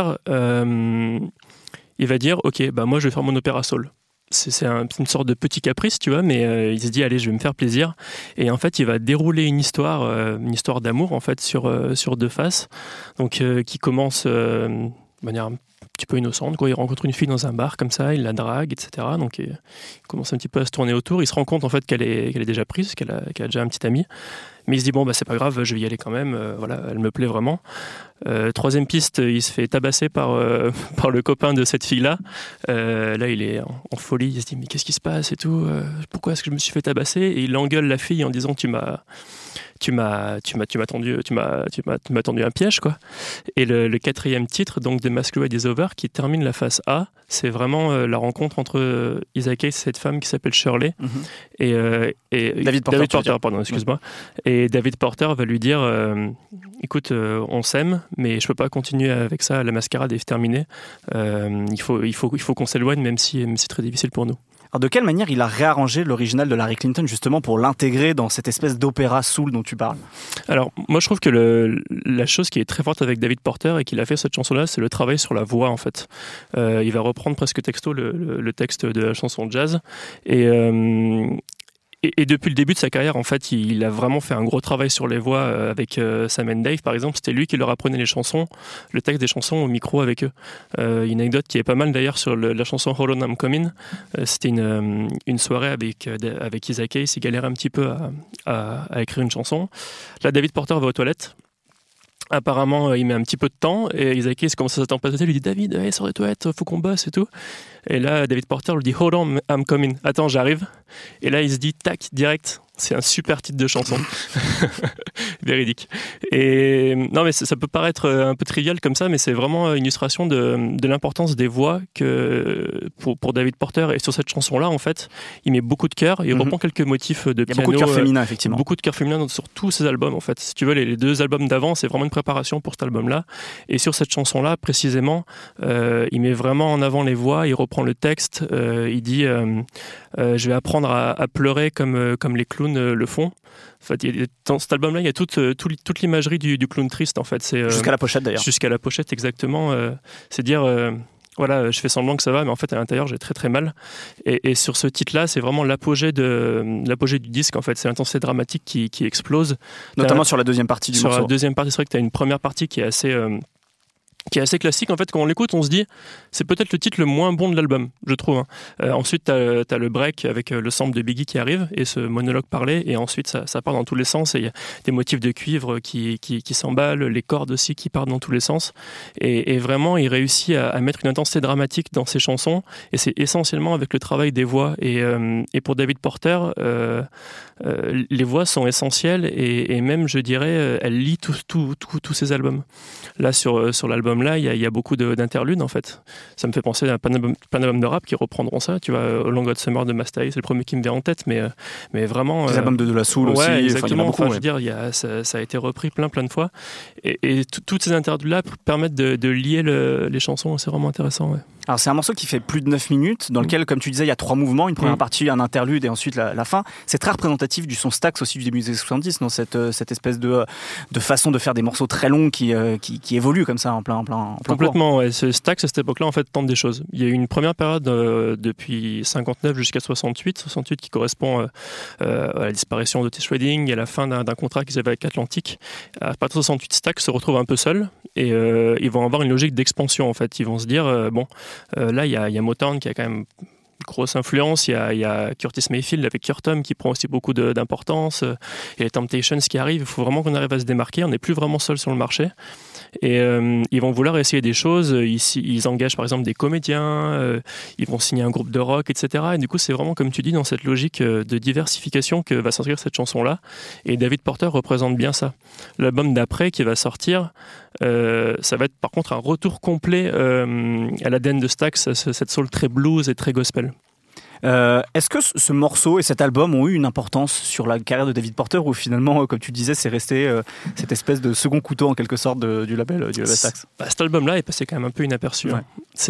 Euh, il va dire, ok, bah moi je vais faire mon opéra soul. C'est, c'est, un, c'est une sorte de petit caprice, tu vois, mais euh, il se dit, allez, je vais me faire plaisir. Et en fait, il va dérouler une histoire, euh, une histoire d'amour, en fait, sur, euh, sur deux faces, donc euh, qui commence euh, de manière un petit peu innocente, quoi. Il rencontre une fille dans un bar, comme ça, il la drague, et cetera. Donc, il commence un petit peu à se tourner autour. Il se rend compte, en fait, qu'elle est, qu'elle est déjà prise, qu'elle a, qu'elle a déjà un petit ami. Mais il se dit, bon, bah, c'est pas grave, je vais y aller quand même. Euh, voilà, elle me plaît vraiment. Euh, troisième piste, il se fait tabasser par, euh, par le copain de cette fille-là. Euh, là, il est en, en folie. Il se dit, mais qu'est-ce qui se passe et tout euh, pourquoi est-ce que je me suis fait tabasser ? Et il engueule la fille en disant, tu m'as... Tu m'as, tu m'as, tu m'as tendu, tu m'as, tu m'as, tu m'as tendu un piège, quoi. Et le, le quatrième titre, donc de Masquerade is Over, qui termine la phase A, c'est vraiment euh, la rencontre entre euh, Isaac Hayes et cette femme qui s'appelle Shirley. Mm-hmm. Et, euh, et David Porter, David Porter pardon, excuse-moi. Mm-hmm. Et David Porter va lui dire, euh, écoute, euh, on s'aime, mais je peux pas continuer avec ça. La mascarade est terminée. Euh, il faut, il faut, il faut qu'on s'éloigne, même si, même si c'est très difficile pour nous. Alors de quelle manière il a réarrangé l'original de Larry Clinton justement pour l'intégrer dans cette espèce d'opéra soul dont tu parles ? Alors moi je trouve que le, la chose qui est très forte avec David Porter et qu'il a fait cette chanson-là, c'est le travail sur la voix en fait. Euh, il va reprendre presque texto le, le, le texte de la chanson jazz et euh, Et, et depuis le début de sa carrière, en fait, il a vraiment fait un gros travail sur les voix avec euh, Sam and Dave, par exemple. C'était lui qui leur apprenait les chansons, le texte des chansons au micro avec eux. Euh, une anecdote qui est pas mal d'ailleurs sur le, la chanson Hold On I'm Coming. Euh, c'était une, euh, une soirée avec, euh, avec Isaac Hayes. Il galérait un petit peu à, à, à écrire une chanson. Là, David Porter va aux toilettes. Apparemment, il met un petit peu de temps et Isaac Hayes commence à s'attemper, lui dit David, hey, sors des toilettes, faut qu'on bosse et tout. Et là, David Porter lui dit Hold on, I'm coming. Attends, j'arrive. Et là, il se dit tac, direct. C'est un super titre de chanson. Véridique. Et non, mais ça peut paraître un peu trivial comme ça, mais c'est vraiment une illustration de, de l'importance des voix que pour, pour David Porter. Et sur cette chanson-là, en fait, il met beaucoup de cœur. Il mm-hmm. reprend quelques motifs de piano. Il y a beaucoup de cœur féminin, effectivement. Beaucoup de cœur féminin sur tous ses albums, en fait. Si tu veux, les, les deux albums d'avant, c'est vraiment une préparation pour cet album-là. Et sur cette chanson-là, précisément, euh, il met vraiment en avant les voix. Il reprend le texte. Euh, il dit euh, euh, je vais apprendre à, à pleurer comme, comme les clowns le font. En fait, il y a, dans cet album-là, il y a toute, toute, toute l'imagerie du, du clown triste, en fait. C'est, euh, jusqu'à la pochette, d'ailleurs. Jusqu'à la pochette, exactement. Euh, c'est dire, euh, voilà, je fais semblant que ça va, mais en fait, à l'intérieur, j'ai très très mal. Et, et sur ce titre-là, c'est vraiment l'apogée, de, l'apogée du disque, en fait. C'est l'intensité dramatique qui, qui explose. Notamment T'as, sur la deuxième partie du sur morceau. Sur la deuxième partie, c'est vrai que tu as une première partie qui est assez... Euh, qui est assez classique. En fait, quand on l'écoute, on se dit c'est peut-être le titre le moins bon de l'album, je trouve. Hein. Euh, ensuite, t'as, t'as le break avec le sample de Biggie qui arrive et ce monologue parlé, et ensuite ça, ça part dans tous les sens, et il y a des motifs de cuivre qui, qui, qui s'emballent, les cordes aussi qui partent dans tous les sens, et, et vraiment il réussit à, à mettre une intensité dramatique dans ses chansons, et c'est essentiellement avec le travail des voix, et, euh, et pour David Porter, euh, euh, les voix sont essentielles, et, et même je dirais, elles lient tous tout, tout, tout ses albums. Là sur, sur l'album album-là, il y, y a beaucoup de, d'interludes en fait. Ça me fait penser à plein d'albums, plein d'albums de rap qui reprendront ça. Tu vois, Long Hot Summer de Masta Ace, c'est le premier qui me vient en tête, mais, mais vraiment. Les euh, albums de De La Soul ouais, aussi. Exactement. Enfin, beaucoup, enfin, ouais. Je veux dire, il y a, ça, ça a été repris plein plein de fois. Et, et t- toutes ces interludes-là permettent de, de lier le, les chansons. C'est vraiment intéressant. Ouais. Alors c'est un morceau qui fait plus de neuf minutes, dans lequel, comme tu disais, il y a trois mouvements, une première mmh. partie, un interlude et ensuite la, la fin. C'est très représentatif du son Stax aussi du début des années soixante-dix, dans cette, cette espèce de, de façon de faire des morceaux très longs qui, euh, qui, qui évoluent comme ça en plein, en plein, en plein Complètement, ouais. Ce Stax à cette époque-là en fait tente des choses. Il y a eu une première période euh, depuis cinquante-neuf jusqu'à soixante-huit, soixante-huit qui correspond euh, euh, à la disparition d'Otis Redding et à la fin d'un, d'un contrat qu'ils avaient avec Atlantic. À partir de soixante-huit, Stax se retrouve un peu seul et euh, ils vont avoir une logique d'expansion en fait. Ils vont se dire euh, bon, euh, là il y a Il y a Motown qui a quand même une grosse influence, il y a, il y a Curtis Mayfield avec Curtom qui prend aussi beaucoup de, d'importance, il y a les Temptations qui arrivent, il faut vraiment qu'on arrive à se démarquer, on n'est plus vraiment seul sur le marché. Et euh, ils vont vouloir essayer des choses, ils, ils engagent par exemple des comédiens, euh, ils vont signer un groupe de rock, et cetera. Et du coup c'est vraiment comme tu dis dans cette logique de diversification que va s'inscrire cette chanson-là. Et David Porter représente bien ça. L'album d'après qui va sortir, euh, ça va être par contre un retour complet euh, à l'A D N de Stax, cette soul très blues et très gospel. Euh, est-ce que ce morceau et cet album ont eu une importance sur la carrière de David Porter ou finalement, comme tu disais, c'est resté euh, cette espèce de second couteau en quelque sorte de, du label, du label Stax? Bah, cet album-là est passé quand même un peu inaperçu. Ouais. Hein.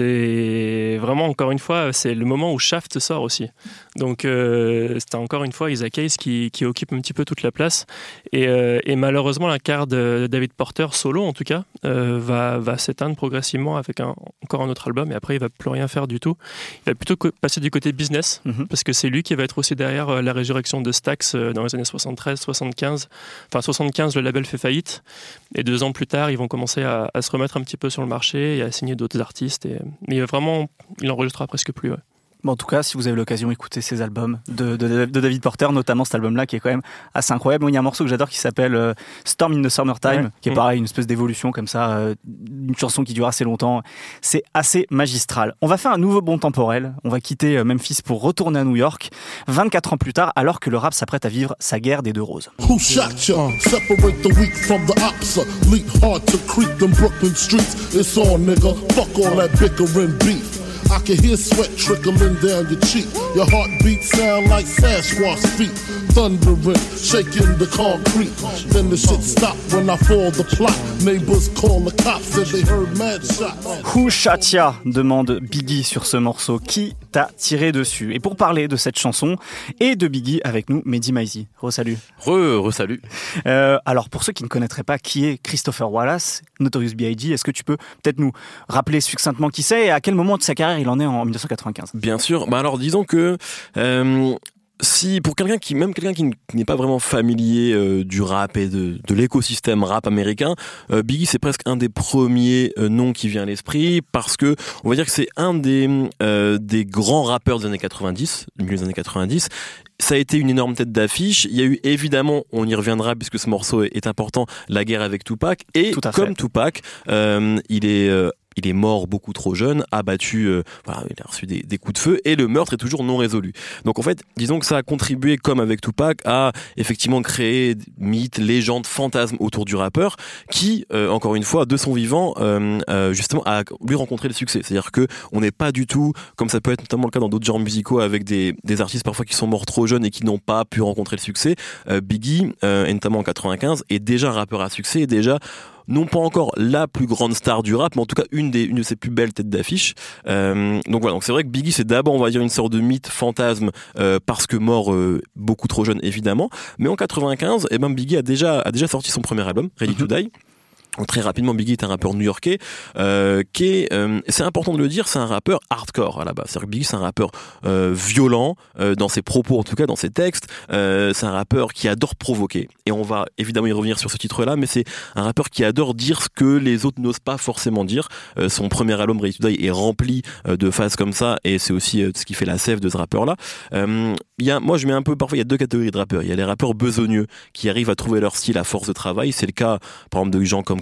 C'est vraiment, encore une fois, c'est le moment où Shaft sort aussi. Donc euh, c'était encore une fois Isaac Hayes qui, qui occupe un petit peu toute la place. Et, euh, et malheureusement, la carrière de David Porter, solo en tout cas, euh, va, va s'éteindre progressivement avec un, encore un autre album. Et après, il ne va plus rien faire du tout. Il va plutôt co- passer du côté business. Mmh. Parce que c'est lui qui va être aussi derrière euh, la résurrection de Stax euh, dans les années soixante-treize soixante-quinze. Enfin, soixante-quinze, le label fait faillite. Et deux ans plus tard, ils vont commencer à, à se remettre un petit peu sur le marché et à signer d'autres artistes. Et, mais vraiment, il enregistrera presque plus. Ouais. Bon, en tout cas, si vous avez l'occasion d'écouter ces albums de, de, de David Porter, notamment cet album-là qui est quand même assez incroyable. Bon, il y a un morceau que j'adore qui s'appelle euh, Storm in the Summertime, ouais. qui est pareil, une espèce d'évolution comme ça, euh, une chanson qui dure assez longtemps. C'est assez magistral. On va faire un nouveau bond temporel. On va quitter euh, Memphis pour retourner à New York, vingt-quatre ans plus tard, alors que le rap s'apprête à vivre sa guerre des deux roses. Who shot ya? Separate the weak from the ops. Leap hard to creep them Brooklyn streets. It's on, nigga. Fuck all that bickering beef. I can hear sweat trickling down your cheek. Your heartbeat sound like Sasquatch feet. Thundering, shaking the concrete. Then the shit stop when I fall the plot. Neighbors call the cops, said they heard mad shots. Who shot ya? Demande Biggie sur ce morceau. Qui t'a tiré dessus? Et pour parler de cette chanson et de Biggie, avec nous, Mehdi Maizi. Re-salut. Re, re-salut. Euh, alors, pour ceux qui ne connaîtraient pas qui est Christopher Wallace, Notorious B I G, est-ce que tu peux peut-être nous rappeler succinctement qui c'est et à quel moment de sa carrière il en est en dix-neuf cent quatre-vingt-quinze? Bien sûr. Bah alors, disons que euh, si pour quelqu'un qui, même quelqu'un qui n'est pas vraiment familier euh, du rap et de, de l'écosystème rap américain, euh, Biggie c'est presque un des premiers euh, noms qui vient à l'esprit parce que on va dire que c'est un des euh, des grands rappeurs des années quatre-vingt-dix, du milieu des années quatre-vingt-dix. Ça a été une énorme tête d'affiche. Il y a eu évidemment, on y reviendra puisque ce morceau est important, la guerre avec Tupac. Et comme Tupac, euh, il est euh, il est mort beaucoup trop jeune, abattu, euh, voilà, il a reçu des, des coups de feu et le meurtre est toujours non résolu. Donc en fait, disons que ça a contribué, comme avec Tupac, à effectivement créer mythes, légendes, fantasmes autour du rappeur qui, euh, encore une fois, de son vivant, euh, euh, justement, a lui rencontré le succès. C'est-à-dire que on n'est pas du tout, comme ça peut être notamment le cas dans d'autres genres musicaux, avec des, des artistes parfois qui sont morts trop jeunes et qui n'ont pas pu rencontrer le succès. Euh, Biggie, euh, et notamment en quatre-vingt-quinze, est déjà un rappeur à succès et déjà non pas encore la plus grande star du rap, mais en tout cas une des une de ses plus belles têtes d'affiche. Euh, donc voilà, donc c'est vrai que Biggie c'est d'abord on va dire une sorte de mythe fantasme euh, parce que mort euh, beaucoup trop jeune évidemment, mais en quatre-vingt-quinze, eh ben Biggie a déjà a déjà sorti son premier album, Ready mm-hmm. to Die. Donc, très rapidement, Biggie est un rappeur new-yorkais euh, qui est, euh, c'est important de le dire, c'est un rappeur hardcore à la base. C'est-à-dire que Biggie c'est un rappeur euh, violent euh, dans ses propos, en tout cas dans ses textes. Euh, c'est un rappeur qui adore provoquer. Et on va évidemment y revenir sur ce titre-là, mais c'est un rappeur qui adore dire ce que les autres n'osent pas forcément dire. Euh, son premier album Ready to Die est rempli euh, de phases comme ça, et c'est aussi euh, ce qui fait la sève de ce rappeur-là. Euh, il y a, moi, je mets un peu parfois, il y a deux catégories de rappeurs. Il y a les rappeurs besogneux qui arrivent à trouver leur style à force de travail. C'est le cas, par exemple, de gens comme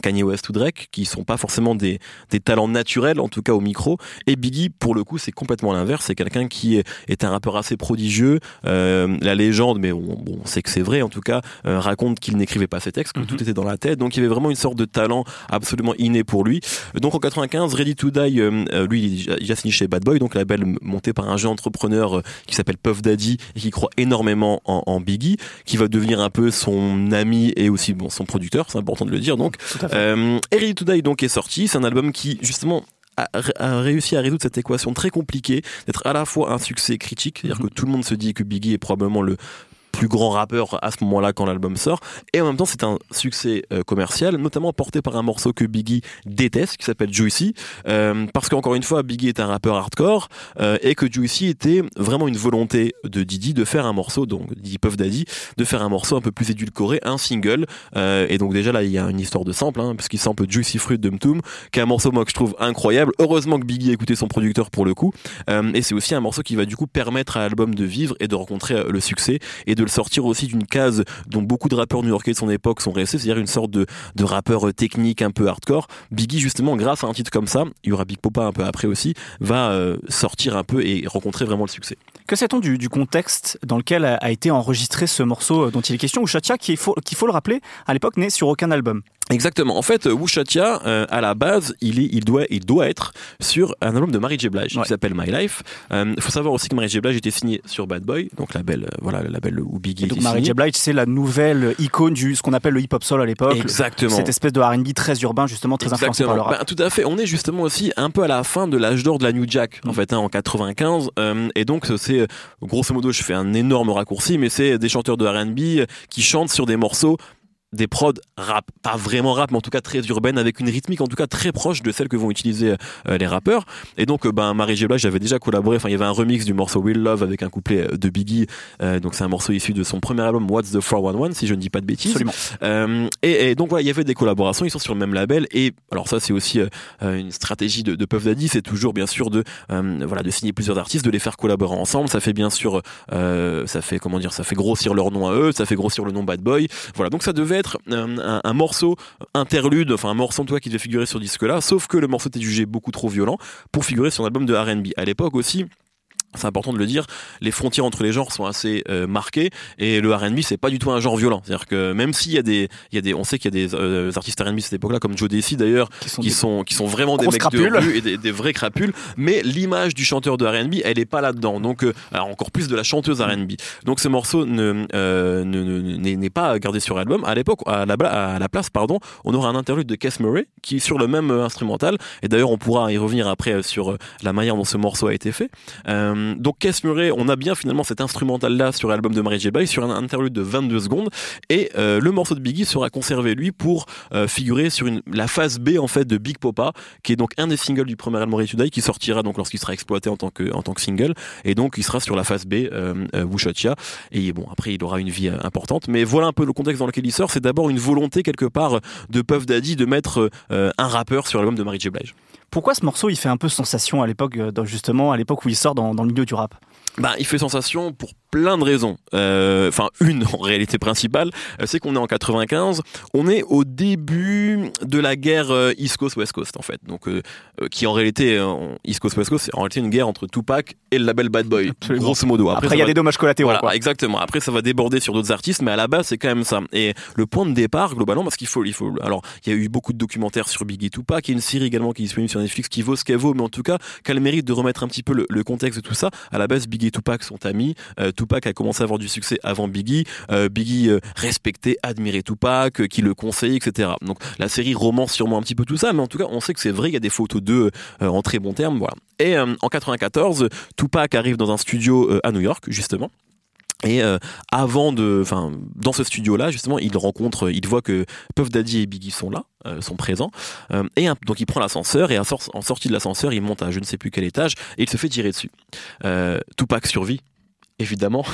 Kanye West ou Drake, qui sont pas forcément des, des talents naturels, en tout cas au micro. Et Biggie, pour le coup, c'est complètement l'inverse. C'est quelqu'un qui est, est un rappeur assez prodigieux. Euh, la légende, mais on, bon, on sait que c'est vrai, en tout cas, euh, raconte qu'il n'écrivait pas ses textes, que mm-hmm. tout était dans la tête. Donc il y avait vraiment une sorte de talent absolument inné pour lui. Donc en quatre-vingt-quinze, Ready to Die, euh, lui, il a signé chez Bad Boy, donc label monté par un jeune entrepreneur euh, qui s'appelle Puff Daddy et qui croit énormément en, en Biggie, qui va devenir un peu son ami et aussi bon son producteur, c'est important de le dire. Donc, euh, Ready to Die donc est sorti. C'est un album qui justement a, a réussi à résoudre cette équation très compliquée d'être à la fois un succès critique, c'est-à-dire mm-hmm. que tout le monde se dit que Biggie est probablement le plus grand rappeur à ce moment-là quand l'album sort, et en même temps c'est un succès euh, commercial, notamment porté par un morceau que Biggie déteste qui s'appelle Juicy, euh, parce qu'encore une fois Biggie est un rappeur hardcore euh, et que Juicy était vraiment une volonté de Diddy de faire un morceau, donc Diddy Puff Daddy, de faire un morceau un peu plus édulcoré, un single, euh, et donc déjà là il y a une histoire de sample, hein, parce qu'il sample Juicy Fruit de Mtoum, qui est un morceau moi que je trouve incroyable. Heureusement que Biggie a écouté son producteur pour le coup, euh, et c'est aussi un morceau qui va du coup permettre à l'album de vivre et de rencontrer euh, le succès et de le sortir aussi d'une case dont beaucoup de rappeurs new-yorkais de son époque sont restés, c'est-à-dire une sorte de, de rappeur technique un peu hardcore. Biggie, justement, grâce à un titre comme ça, il y aura Big Poppa un peu après aussi, va euh, sortir un peu et rencontrer vraiment le succès. Que sait-on du, du contexte dans lequel a, a été enregistré ce morceau dont il est question, Ushatia, qu'il faut, qu'il faut le rappeler, à l'époque n'est sur aucun album? Exactement. En fait, Ushatia, euh, à la base, il est, il doit, il doit être sur un album de Mary J. Blige, ouais. qui s'appelle My Life. Il euh, faut savoir aussi que Mary J. Blige était signée sur Bad Boy, donc label, euh, voilà, le label où Biggie. Et donc Mary J. Blige, c'est la nouvelle icône du ce qu'on appelle le hip-hop soul à l'époque. Exactement. Cette espèce de R and B très urbain, justement, très Exactement. influencé par le rap. Ben, tout à fait. On est justement aussi un peu à la fin de l'âge d'or de la New Jack, mmh. en fait, hein, en quatre-vingt-quinze. Euh, et donc, c'est grosso modo, je fais un énorme raccourci, mais c'est des chanteurs de R and B qui chantent sur des morceaux, des prods rap, pas vraiment rap, mais en tout cas très urbaine, avec une rythmique en tout cas très proche de celle que vont utiliser euh, les rappeurs. Et donc, euh, ben, Mary J. Blige, j'avais déjà collaboré, enfin, il y avait un remix du morceau Will Love avec un couplet de Biggie, euh, donc c'est un morceau issu de son premier album What's the four one one, si je ne dis pas de bêtises. Absolument. Euh, et, et donc, voilà, il y avait des collaborations, ils sont sur le même label, et alors ça, c'est aussi euh, une stratégie de, de Puff Daddy, c'est toujours bien sûr de, euh, voilà, de signer plusieurs artistes, de les faire collaborer ensemble, ça fait bien sûr, euh, ça fait, comment dire, ça fait grossir leur nom à eux, ça fait grossir le nom Bad Boy, voilà, donc ça devait être euh, un, un morceau interlude, enfin un morceau en tout cas qui devait figurer sur ce disque-là, sauf que le morceau était jugé beaucoup trop violent pour figurer sur un album de R and B. À l'époque aussi, c'est important de le dire, les frontières entre les genres sont assez euh, marquées, et le R and B c'est pas du tout un genre violent. C'est-à-dire que même s'il y a des, il y a des, on sait qu'il y a des euh, artistes R and B à cette époque-là, comme Joe Desi d'ailleurs, qui sont, qui des sont, qui sont vraiment des mecs crapules. de rue et des, des vrais crapules. Mais l'image du chanteur de R and B, elle est pas là-dedans. Donc, euh, alors encore plus de la chanteuse R and B. Donc ce morceau ne, euh, ne, ne n'est, n'est pas gardé sur album. À l'époque, à la, à la place, pardon, on aura un interlude de Keith Murray qui est sur le même euh, instrumental. Et d'ailleurs, on pourra y revenir après euh, sur euh, la manière dont ce morceau a été fait. Euh, donc Keith Murray, on a bien finalement cet instrumental là sur l'album de Mary J. Blige sur un interlude de vingt-deux secondes, et euh, le morceau de Biggie sera conservé lui pour euh, figurer sur une, la phase B en fait de Big Poppa, qui est donc un des singles du premier album Ready to Die, qui sortira donc lorsqu'il sera exploité en tant que en tant que single, et donc il sera sur la phase B euh, euh, Ushatia, et bon après il aura une vie euh, importante, mais voilà un peu le contexte dans lequel il sort. C'est d'abord une volonté quelque part de Puff Daddy de mettre euh, un rappeur sur l'album de Mary J. Blige. Pourquoi ce morceau il fait un peu sensation à l'époque, justement à l'époque où il sort dans, dans le milieu du rap? Bah, il fait sensation pour plein de raisons. Euh, enfin, une en réalité principale, c'est qu'on est en quatre-vingt-quinze, on est au début de la guerre euh, East Coast West Coast en fait. Donc, euh, qui en réalité euh, East Coast West Coast, c'est en réalité une guerre entre Tupac et le label Bad Boy, Absolument. grosso modo. Après, il y a va... des dommages collatéraux. Voilà, quoi. exactement. Après, ça va déborder sur d'autres artistes, mais à la base, c'est quand même ça. Et le point de départ, globalement, parce qu'il faut, il faut. Alors, il y a eu beaucoup de documentaires sur Biggie Tupac, il y a une série également qui est disponible sur Netflix qui vaut ce qu'elle vaut, mais en tout cas, qu'elle mérite de remettre un petit peu le, le contexte de tout ça. À la base, Biggie et Tupac sont amis. Euh, Tupac a commencé à avoir du succès avant Biggie. Euh, Biggie euh, respectait, admirait Tupac, euh, qui le conseillait, et cetera. Donc la série romance sûrement un petit peu tout ça, mais en tout cas, on sait que c'est vrai. Il y a des photos d'eux euh, en très bons termes. Voilà. Et euh, en quatre-vingt-quatorze, Tupac arrive dans un studio euh, à New York, justement. Et euh, avant de, enfin, dans ce studio-là, justement, il rencontre, il voit que Puff Daddy et Biggie sont là, euh, sont présents, euh, et un, donc il prend l'ascenseur et en sortie de l'ascenseur, il monte à je ne sais plus quel étage et il se fait tirer dessus. Euh, Tupac survit, évidemment,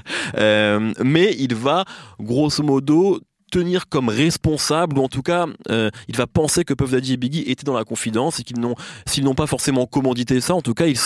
euh, mais il va grosso modo tenir comme responsable, ou en tout cas euh, il va penser que Puff Daddy et Biggie étaient dans la confidence et qu'ils n'ont, s'ils n'ont pas forcément commandité ça, en tout cas ils sont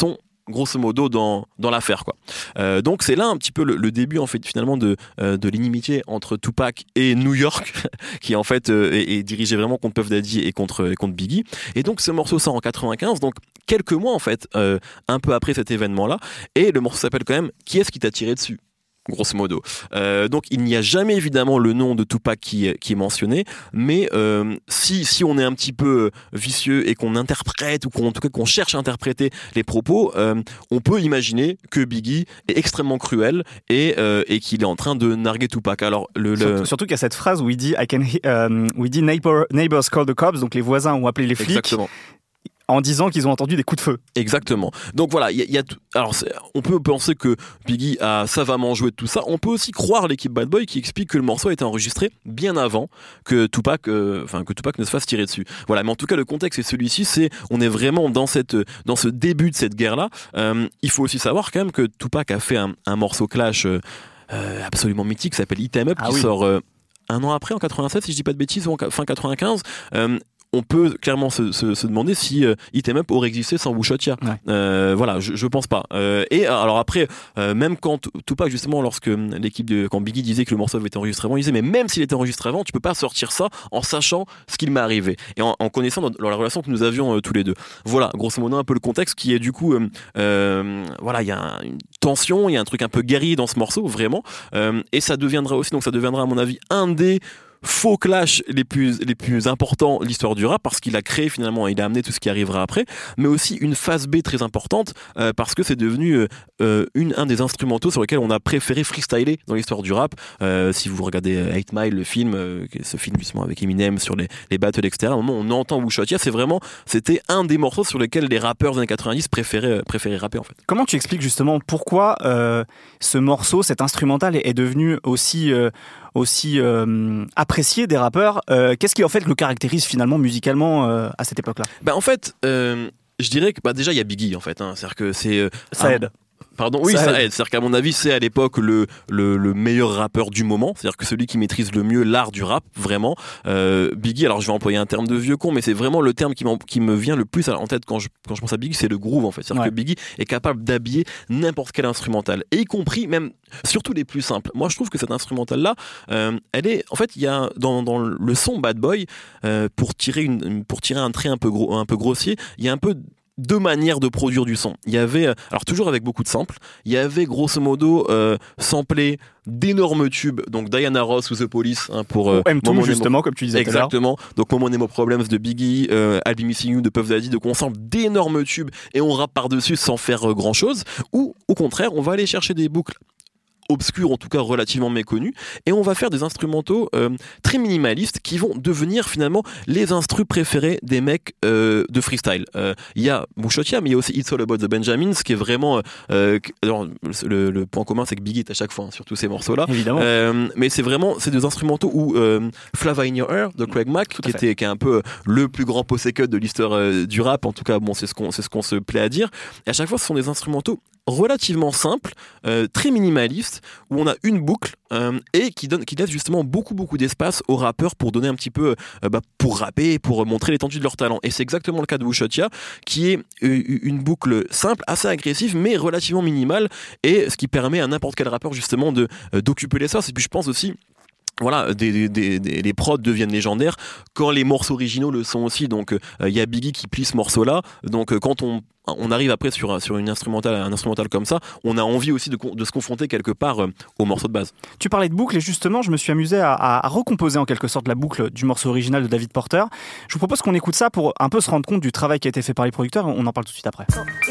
grosso modo dans dans l'affaire quoi. Euh, donc c'est là un petit peu le, le début en fait finalement de euh, de l'inimitié entre Tupac et New York qui en fait euh, est, est dirigé vraiment contre Puff Daddy et contre et contre Biggie. Et donc ce morceau sort en quatre-vingt-quinze, donc quelques mois en fait euh, un peu après cet événement là, et le morceau s'appelle quand même Qui est-ce qui t'a tiré dessus, grosso modo. Euh, donc il n'y a jamais évidemment le nom de Tupac qui, qui est mentionné, mais euh, si, si on est un petit peu vicieux et qu'on interprète ou qu'on, en tout cas qu'on cherche à interpréter les propos, euh, on peut imaginer que Biggie est extrêmement cruel et, euh, et qu'il est en train de narguer Tupac. Alors, le, le... Surtout, surtout qu'il y a cette phrase où il dit, I can, euh, où il dit neighbor, neighbors call the cops, donc les voisins ont appelé les flics. Exactement. En disant qu'ils ont entendu des coups de feu. Exactement. Donc voilà, il y a, y a alors on peut penser que Biggie a savamment joué de tout ça. On peut aussi croire l'équipe Bad Boy qui explique que le morceau a été enregistré bien avant que Tupac, euh, enfin que Tupac ne se fasse tirer dessus. Voilà, mais en tout cas le contexte est celui-ci. C'est on est vraiment dans cette dans ce début de cette guerre-là. Euh, il faut aussi savoir quand même que Tupac a fait un, un morceau clash euh, absolument mythique qui s'appelle Hit 'Em Up, ah qui oui. sort euh, un an après en quatre-vingt-sept si je dis pas de bêtises, ou en fin quatre-vingt-quinze. Euh, on peut clairement se, se, se demander si euh, Hit 'Em Up aurait existé sans Bushottia. Ouais. Euh, voilà, je, je pense pas. Euh, et alors après, euh, même quand Tupac justement, lorsque l'équipe de quand Biggie disait que le morceau avait été enregistré avant, il disait mais même s'il était enregistré avant, tu peux pas sortir ça en sachant ce qu'il m'est arrivé et en, en connaissant dans, dans la relation que nous avions euh, tous les deux. Voilà, grosso modo un peu le contexte qui est du coup, euh, euh, voilà, il y a un, une tension, il y a un truc un peu guerrier dans ce morceau vraiment, euh, et ça deviendra aussi, donc ça deviendra à mon avis un des faux clash les plus les plus importants de l'histoire du rap parce qu'il a créé finalement, il a amené tout ce qui arrivera après, mais aussi une phase B très importante euh, parce que c'est devenu euh, une un des instrumentaux sur lesquels on a préféré freestyler dans l'histoire du rap. Euh, si vous regardez eight Mile, le film, euh, ce film justement avec Eminem sur les les battles et cetera, à un moment on entend Bushottia, c'est vraiment c'était un des morceaux sur lesquels les rappeurs des années quatre-vingt-dix préféraient préféraient rapper en fait. Comment tu expliques justement pourquoi euh, ce morceau, cet instrumental est, est devenu aussi euh, aussi euh, apprécié des rappeurs, euh, qu'est-ce qui en fait le caractérise finalement musicalement euh, à cette époque-là ? Bah en fait, euh, je dirais que bah déjà il y a Biggie en fait, hein, c'est-à-dire que c'est euh, ça un... aide. Pardon, oui, ça, ça aide. aide. C'est-à-dire qu'à mon avis, c'est à l'époque le, le, le meilleur rappeur du moment. C'est-à-dire que celui qui maîtrise le mieux l'art du rap, vraiment. Euh, Biggie, alors je vais employer un terme de vieux con, mais c'est vraiment le terme qui, qui me vient le plus en tête quand je, quand je pense à Biggie, c'est le groove en fait. C'est-à-dire ouais. que Biggie est capable d'habiller n'importe quel instrumental, et y compris même, surtout les plus simples. Moi, je trouve que cet instrumental-là, euh, elle est, en fait, il y a dans, dans le son Bad Boy, euh, pour tirer une, pour tirer un trait un peu gros, un peu grossier, il y a un peu deux manières de produire du son. Il y avait, alors toujours avec beaucoup de samples, il y avait grosso modo euh, samplé d'énormes tubes, donc Diana Ross ou The Police, hein, pour euh, M deux justement, comme tu disais tout à l'heure. Exactement, donc Moment Nemo Problems de Biggie, euh, I'll Be Missing You de Puff Daddy, donc on sample d'énormes tubes et on rappe par-dessus sans faire euh, grand-chose, ou au contraire, on va aller chercher des boucles obscurs, en tout cas relativement méconnus, et on va faire des instrumentaux euh, très minimalistes qui vont devenir finalement les instrus préférés des mecs euh, de freestyle. Il euh, y a Bushottia, mais il y a aussi It's All About the Benjamins, qui est vraiment euh, alors, le, le point commun, c'est que Biggie est à chaque fois hein, sur tous ces morceaux-là. Évidemment. Euh, mais c'est vraiment c'est des instrumentaux où euh, Flava in Your Hair de Craig Mack, qui était qui est un peu le plus grand post-cut de l'histoire euh, du rap. En tout cas, bon, c'est ce qu'on c'est ce qu'on se plaît à dire. Et à chaque fois, ce sont des instrumentaux relativement simple, euh, très minimaliste, où on a une boucle euh, et qui donne, qui laisse justement beaucoup beaucoup d'espace aux rappeurs pour donner un petit peu, euh, bah, pour rapper, pour montrer l'étendue de leur talent. Et c'est exactement le cas de Bushottia, qui est euh, une boucle simple, assez agressive, mais relativement minimale, et ce qui permet à n'importe quel rappeur justement de euh, d'occuper l'espace. Et puis je pense aussi. Voilà, des, des, des, les prods deviennent légendaires quand les morceaux originaux le sont aussi. Donc, il euh, y a Biggie qui plie ce morceau-là. Donc, euh, quand on, on arrive après sur, sur une instrumentale, un instrumental comme ça, on a envie aussi de, de se confronter quelque part euh, au morceau de base. Tu parlais de boucle et justement, je me suis amusé à, à recomposer en quelque sorte la boucle du morceau original de David Porter. Je vous propose qu'on écoute ça pour un peu se rendre compte du travail qui a été fait par les producteurs. On en parle tout de suite après.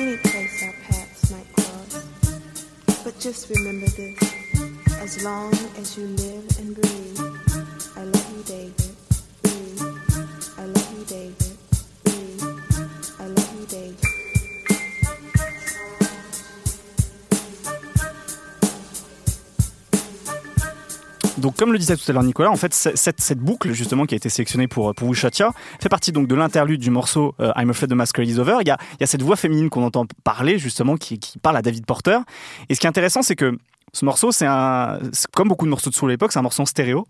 As long as you live and breathe, I love you, David. Breathe. I love you, David. Breathe. I love you, David. Donc, comme le disait tout à l'heure Nicolas, en fait, cette, cette boucle justement qui a été sélectionnée pour pour Bushottia fait partie donc de l'interlude du morceau euh, I'm Afraid the Masquerade Is Over. Il y a il y a cette voix féminine qu'on entend parler justement qui qui parle à David Porter. Et ce qui est intéressant, c'est que ce morceau, c'est un, c'est comme beaucoup de morceaux de soul à l'époque, c'est un morceau en stéréo.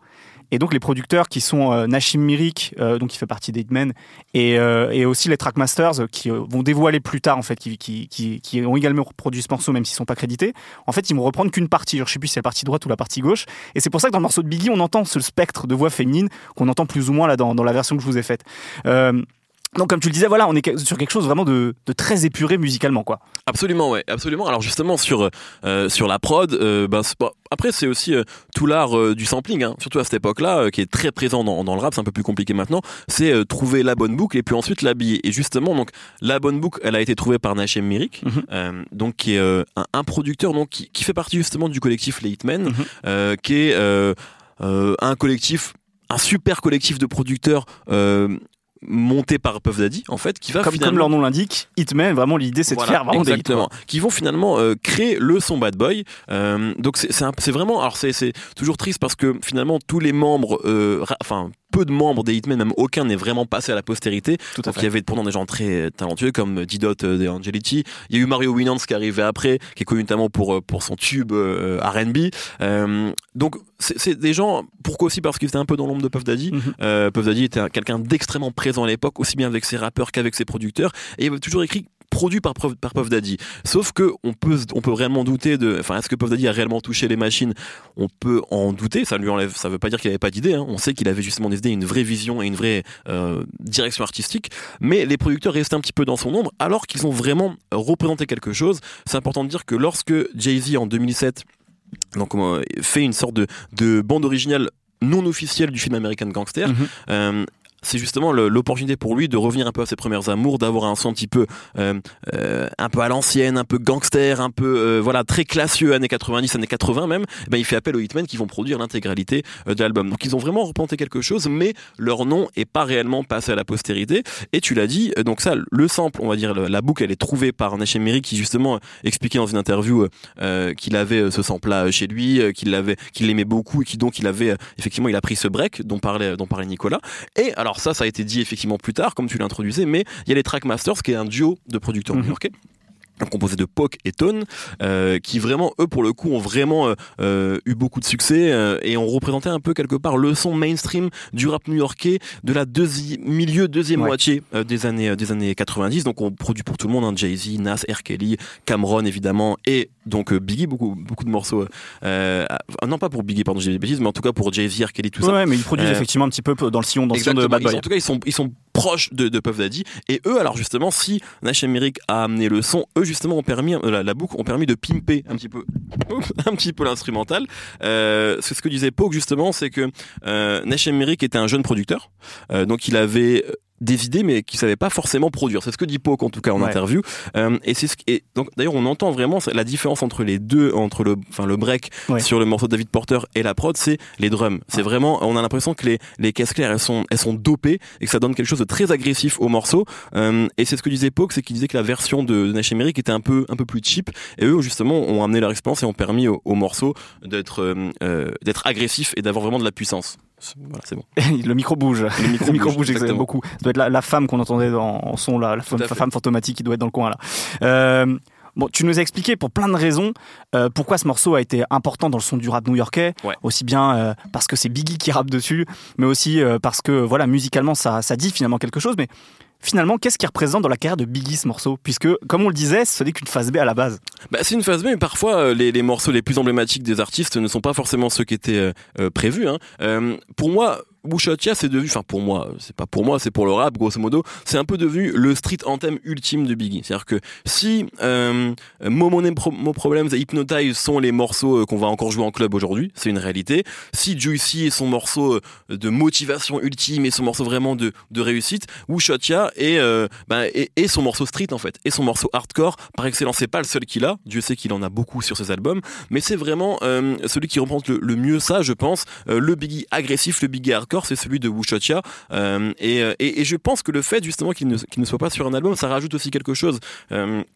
Et donc les producteurs qui sont euh, Nachim Mirik, euh, donc qui fait partie des Hitmen, et, euh, et aussi les Trackmasters euh, qui euh, vont dévoiler plus tard en fait, qui, qui, qui, qui ont également produit ce morceau même s'ils sont pas crédités. En fait, ils vont reprendre qu'une partie. Alors, je sais plus si c'est la partie droite ou la partie gauche. Et c'est pour ça que dans le morceau de Biggie, on entend ce spectre de voix féminine qu'on entend plus ou moins là dans, dans la version que je vous ai faite. Euh, Donc comme tu le disais, voilà, on est sur quelque chose vraiment de, de très épuré musicalement, quoi. Absolument, ouais, absolument. Alors justement sur euh, sur la prod, euh, ben c'est pas... après c'est aussi euh, tout l'art euh, du sampling, hein, surtout à cette époque-là, euh, qui est très présent dans, dans le rap. C'est un peu plus compliqué maintenant. C'est euh, trouver la bonne boucle et puis ensuite l'habiller. Et justement, donc la bonne boucle, elle a été trouvée par Nachem Mirik, mm-hmm. euh, donc qui est euh, un, un producteur, donc qui, qui fait partie justement du collectif Les Hitmen, mm-hmm. euh, qui est euh, euh, un collectif, un super collectif de producteurs. Euh, monté par Puff Daddy en fait, qui va comme, finalement... comme leur nom l'indique, Hitmen, vraiment l'idée c'est voilà, de faire vraiment exactement, des hits, qui vont finalement euh, créer le son Bad Boy. Euh, donc c'est, c'est, un, c'est vraiment, alors c'est, c'est toujours triste parce que finalement tous les membres, euh, ra- enfin peu de membres des Hitmen, même aucun n'est vraiment passé à la postérité. Tout à donc fait. Il y avait pourtant des gens très talentueux comme D-Dot euh, de Angelity. Il y a eu Mario Winans qui est arrivé après, qui est connu notamment pour pour son tube euh, R and B. Euh, donc c'est, c'est des gens, pourquoi aussi parce qu'ils étaient un peu dans l'ombre de Puff Daddy. Mm-hmm. Euh, Puff Daddy était un, quelqu'un d'extrêmement présent à l'époque, aussi bien avec ses rappeurs qu'avec ses producteurs, et il avait toujours écrit produit par, par Puff Daddy. Sauf que on peut, on peut réellement douter de, enfin, est-ce que Puff Daddy a réellement touché les machines? On peut en douter. Ça lui enlève, ça veut pas dire qu'il avait pas d'idée, hein. On sait qu'il avait justement des idées, une vraie vision et une vraie euh, direction artistique. Mais les producteurs restaient un petit peu dans son ombre, alors qu'ils ont vraiment représenté quelque chose. C'est important de dire que lorsque Jay-Z en deux mille sept, donc, euh, fait une sorte de, de bande originale non officielle du film American Gangster, mm-hmm. euh, c'est justement le, l'opportunité pour lui de revenir un peu à ses premières amours, d'avoir un son un petit peu euh, euh, un peu à l'ancienne, un peu gangster, un peu euh, voilà, très classieux, années quatre-vingt-dix, années quatre-vingts même. Et ben il fait appel aux Hitmen qui vont produire l'intégralité euh, de l'album. Donc ils ont vraiment représenté quelque chose, mais leur nom est pas réellement passé à la postérité. Et tu l'as dit, donc ça, le sample, on va dire la boucle, elle est trouvée par Nachem Mirik qui justement expliquait dans une interview euh, qu'il avait ce sample-là chez lui, euh, qu'il l'avait, qu'il l'aimait beaucoup et qui donc il avait euh, effectivement il a pris ce break dont parlait dont parlait Nicolas. Et alors ça, ça a été dit effectivement plus tard, comme tu l'introduisais, mais il y a les Trackmasters, qui est un duo de producteurs mmh. new-yorkais, composé de Pac et Tone, euh, qui vraiment, eux, pour le coup, ont vraiment euh, eu beaucoup de succès euh, et ont représenté un peu quelque part le son mainstream du rap new-yorkais de la deuxi- milieu, deuxième ouais. moitié euh, des années euh, des années quatre-vingt-dix. Donc on produit pour tout le monde, hein, Jay-Z, Nas, R. Kelly, Cameron évidemment, et donc euh, Biggie, beaucoup beaucoup de morceaux. Euh, euh, non pas pour Biggie, pardon, j'ai des bêtises, mais en tout cas pour Jay-Z, R. Kelly, tout ouais, ça. Ouais, mais ils produisent euh, effectivement un petit peu dans le sillon, dans le sillon de Bad Boy. Ils, en tout cas, ils sont ils sont proches de, de Puff Daddy. Et eux, alors justement, si Nachem Mirik a amené le son, eux justement ont permis La, la boucle ont permis de pimper un petit peu, un petit peu l'instrumental. Euh, c'est ce que disait Pac justement, c'est que euh, Nachem Mirik était un jeune producteur, euh, donc il avait des idées mais qui savait pas forcément produire. C'est ce que dit Pac en tout cas en ouais. interview. Euh, et c'est ce et donc d'ailleurs on entend vraiment la différence entre les deux, entre le enfin le break ouais. sur le morceau de David Porter et la prod, c'est les drums. C'est ouais. vraiment, on a l'impression que les les caisses claires elles sont elles sont dopées et que ça donne quelque chose de très agressif au morceau. Euh, et c'est ce que disait Pac, c'est qu'il disait que la version de Nachem Mirik était un peu un peu plus cheap. Et eux justement ont amené leur expérience et ont permis au, au morceau d'être euh, d'être agressif et d'avoir vraiment de la puissance. Voilà, c'est bon. Le micro bouge. Le micro, le micro bouge, bouge beaucoup. Ça doit être la, la femme qu'on entendait dans, en son, là, la femme, femme fantomatique qui doit être dans le coin là. Euh, bon, tu nous as expliqué pour plein de raisons euh, pourquoi ce morceau a été important dans le son du rap new-yorkais, ouais. aussi bien euh, parce que c'est Biggie qui rappe dessus, mais aussi euh, parce que voilà, musicalement ça, ça dit finalement quelque chose. Mais finalement, qu'est-ce qui représente dans la carrière de Biggie ce morceau? Puisque, comme on le disait, ce n'est qu'une phase B à la base. Bah, c'est une phase B, mais parfois les, les morceaux les plus emblématiques des artistes ne sont pas forcément ceux qui étaient euh, prévus. Hein. Euh, pour moi, Wushotya, c'est devenu, enfin pour moi, c'est pas pour moi, c'est pour le rap, grosso modo, c'est un peu devenu le street anthem ultime de Biggie. C'est-à-dire que si euh, Mo Money Pro- Mo Problems et Hypnotize sont les morceaux qu'on va encore jouer en club aujourd'hui, c'est une réalité. Si Juicy est son morceau de motivation ultime et son morceau vraiment de, de réussite, Wushotya est, euh, bah, est, est son morceau street en fait, et son morceau hardcore par excellence. C'est pas le seul qu'il a, Dieu sait qu'il en a beaucoup sur ses albums, mais c'est vraiment euh, celui qui représente le, le mieux ça, je pense, euh, le Biggie agressif, le Biggie hardcore, c'est celui de Wushotya, euh, et, et, et je pense que le fait justement qu'il ne, qu'il ne soit pas sur un album, ça rajoute aussi quelque chose. Euh,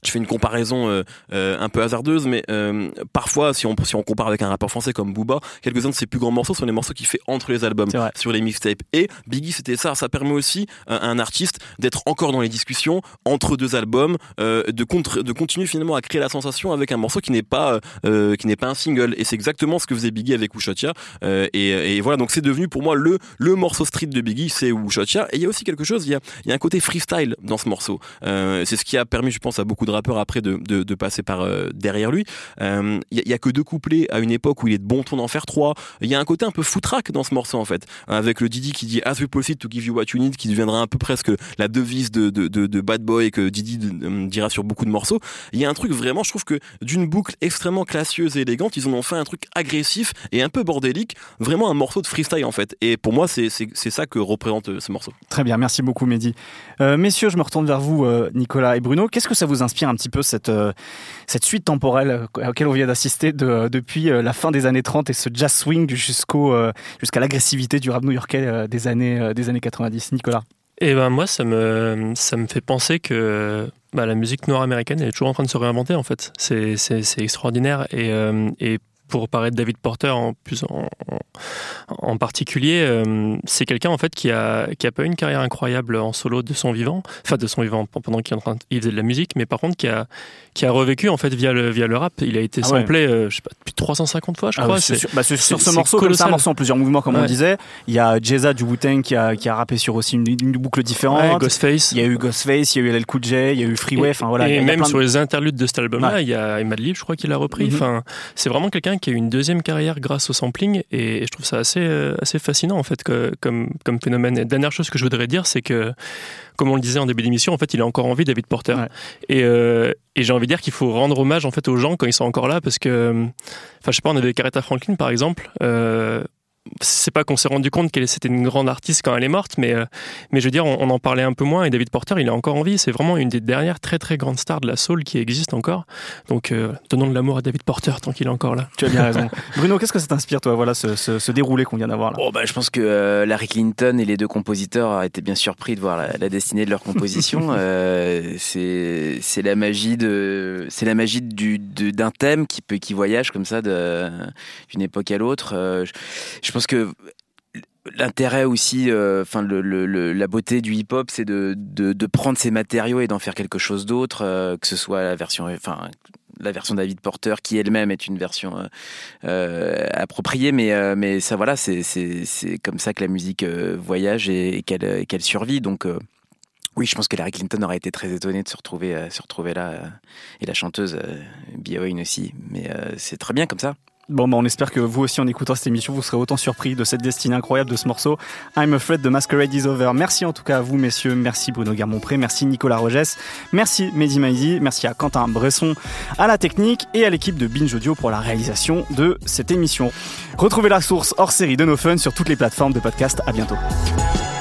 je fais une comparaison euh, euh, un peu hasardeuse, mais euh, parfois, si on, si on compare avec un rappeur français comme Booba, quelques-uns de ses plus grands morceaux sont les morceaux qu'il fait entre les albums, sur les mixtapes. Et Biggie, c'était ça. Ça permet aussi à, à un artiste d'être encore dans les discussions entre deux albums, euh, de, contre, de continuer finalement à créer la sensation avec un morceau qui n'est pas, euh, qui n'est pas un single. Et c'est exactement ce que faisait Biggie avec Ushotia. Euh, et, et voilà, donc c'est devenu pour moi le, le morceau street de Biggie, c'est Ushotia. Et il y a aussi quelque chose, il y a, il y a un côté freestyle dans ce morceau. Euh, c'est ce qui a permis, je pense, à beaucoup de rappeur après de, de, de passer par euh, derrière lui. Il euh, y, y a que deux couplets à une époque où il est de bon ton d'en faire trois. Il y a un côté un peu footrack dans ce morceau en fait, avec le Didi qui dit as we proceed to give you what you need, qui deviendra un peu presque la devise de, de, de, de Bad Boy que Didi euh, dira sur beaucoup de morceaux. Il y a un truc vraiment, je trouve que d'une boucle extrêmement classieuse et élégante, ils en ont fait un truc agressif et un peu bordélique, vraiment un morceau de freestyle en fait. Et pour moi, c'est, c'est, c'est ça que représente euh, ce morceau. Très bien, merci beaucoup Mehdi. Euh, messieurs, je me retourne vers vous, euh, Nicolas et Bruno. Qu'est-ce que ça vous inspire un petit peu cette, euh, cette suite temporelle à laquelle on vient d'assister de, euh, depuis euh, la fin des années trente et ce jazz swing jusqu'au, euh, jusqu'à l'agressivité du rap new-yorkais euh, des, années, euh, des années quatre-vingt-dix? Nicolas? Et ben moi, ça me, ça me fait penser que bah, la musique noire américaine elle est toujours en train de se réinventer en fait. C'est, c'est, c'est extraordinaire et, euh, et pour parler de David Porter en plus en, en, en particulier, euh, c'est quelqu'un en fait qui a qui a pas eu une carrière incroyable en solo de son vivant, enfin de son vivant pendant qu'il est en train de, il faisait de la musique, mais par contre qui a qui a revécu en fait via le via le rap. Il a été ah samplé, ouais. euh, je sais pas, depuis trois cent cinquante fois, je ah crois. Ouais, c'est c'est, sur, bah, c'est, c'est, sur ce morceau, comme c'est un morceau en plusieurs mouvements, comme ouais. on disait. Il y a Jay-Z du Wu-Tang qui a qui a rappé sur aussi une, une boucle différente. Ouais, Ghostface. Il y a eu Ghostface, il y a eu L L Cool J, il y a eu Freeway. Enfin voilà. Et il y a même sur de... les interludes de cet album-là, ouais. il y a Madlib, je crois qu'il l'a repris. Mm-hmm. Enfin, c'est vraiment quelqu'un qui a eu une deuxième carrière grâce au sampling et je trouve ça assez, euh, assez fascinant en fait que, comme, comme phénomène. Et dernière chose que je voudrais dire, c'est que, comme on le disait en début d'émission, en fait, il a encore envie, David Porter. Ouais. Et, euh, et j'ai envie de dire qu'il faut rendre hommage en fait aux gens quand ils sont encore là parce que, enfin, je sais pas, on avait Aretha Franklin par exemple. Euh, c'est pas qu'on s'est rendu compte qu'elle c'était une grande artiste quand elle est morte, mais euh, mais je veux dire, on, on en parlait un peu moins. Et David Porter, il est encore en vie. C'est vraiment une des dernières très très grandes stars de la soul qui existe encore. Donc, euh, donnons de l'amour à David Porter tant qu'il est encore là. Tu as bien raison. Bruno, qu'est-ce que ça t'inspire, toi, voilà, ce, ce, ce déroulé qu'on vient d'avoir là? Oh, bah, je pense que euh, Larry Clinton et les deux compositeurs étaient bien surpris de voir la, la destinée de leur composition. euh, c'est c'est la magie de c'est la magie du de, d'un thème qui peut qui voyage comme ça de, d'une époque à l'autre. Euh, je, je pense que l'intérêt aussi, enfin euh, le, le, le, la beauté du hip-hop, c'est de, de, de prendre ces matériaux et d'en faire quelque chose d'autre, euh, que ce soit la version, enfin la version David Porter qui elle-même est une version euh, euh, appropriée, mais euh, mais ça voilà, c'est c'est c'est comme ça que la musique euh, voyage et, et qu'elle et qu'elle survit. Donc euh, oui, je pense que Larry Clinton aurait été très étonné de se retrouver euh, se retrouver là euh, et la chanteuse euh, Bjorn aussi, mais euh, c'est très bien comme ça. Bon, bah on espère que vous aussi, en écoutant cette émission, vous serez autant surpris de cette destinée incroyable de ce morceau I'm Afraid de Masquerade is Over. Merci en tout cas à vous, messieurs. Merci Bruno Guermont-Pré. Merci Nicolas Rogès. Merci Mehdi Maizi. Merci à Quentin Bresson, à la technique et à l'équipe de Binge Audio pour la réalisation de cette émission. Retrouvez la source hors série de No Fun sur toutes les plateformes de podcast. À bientôt.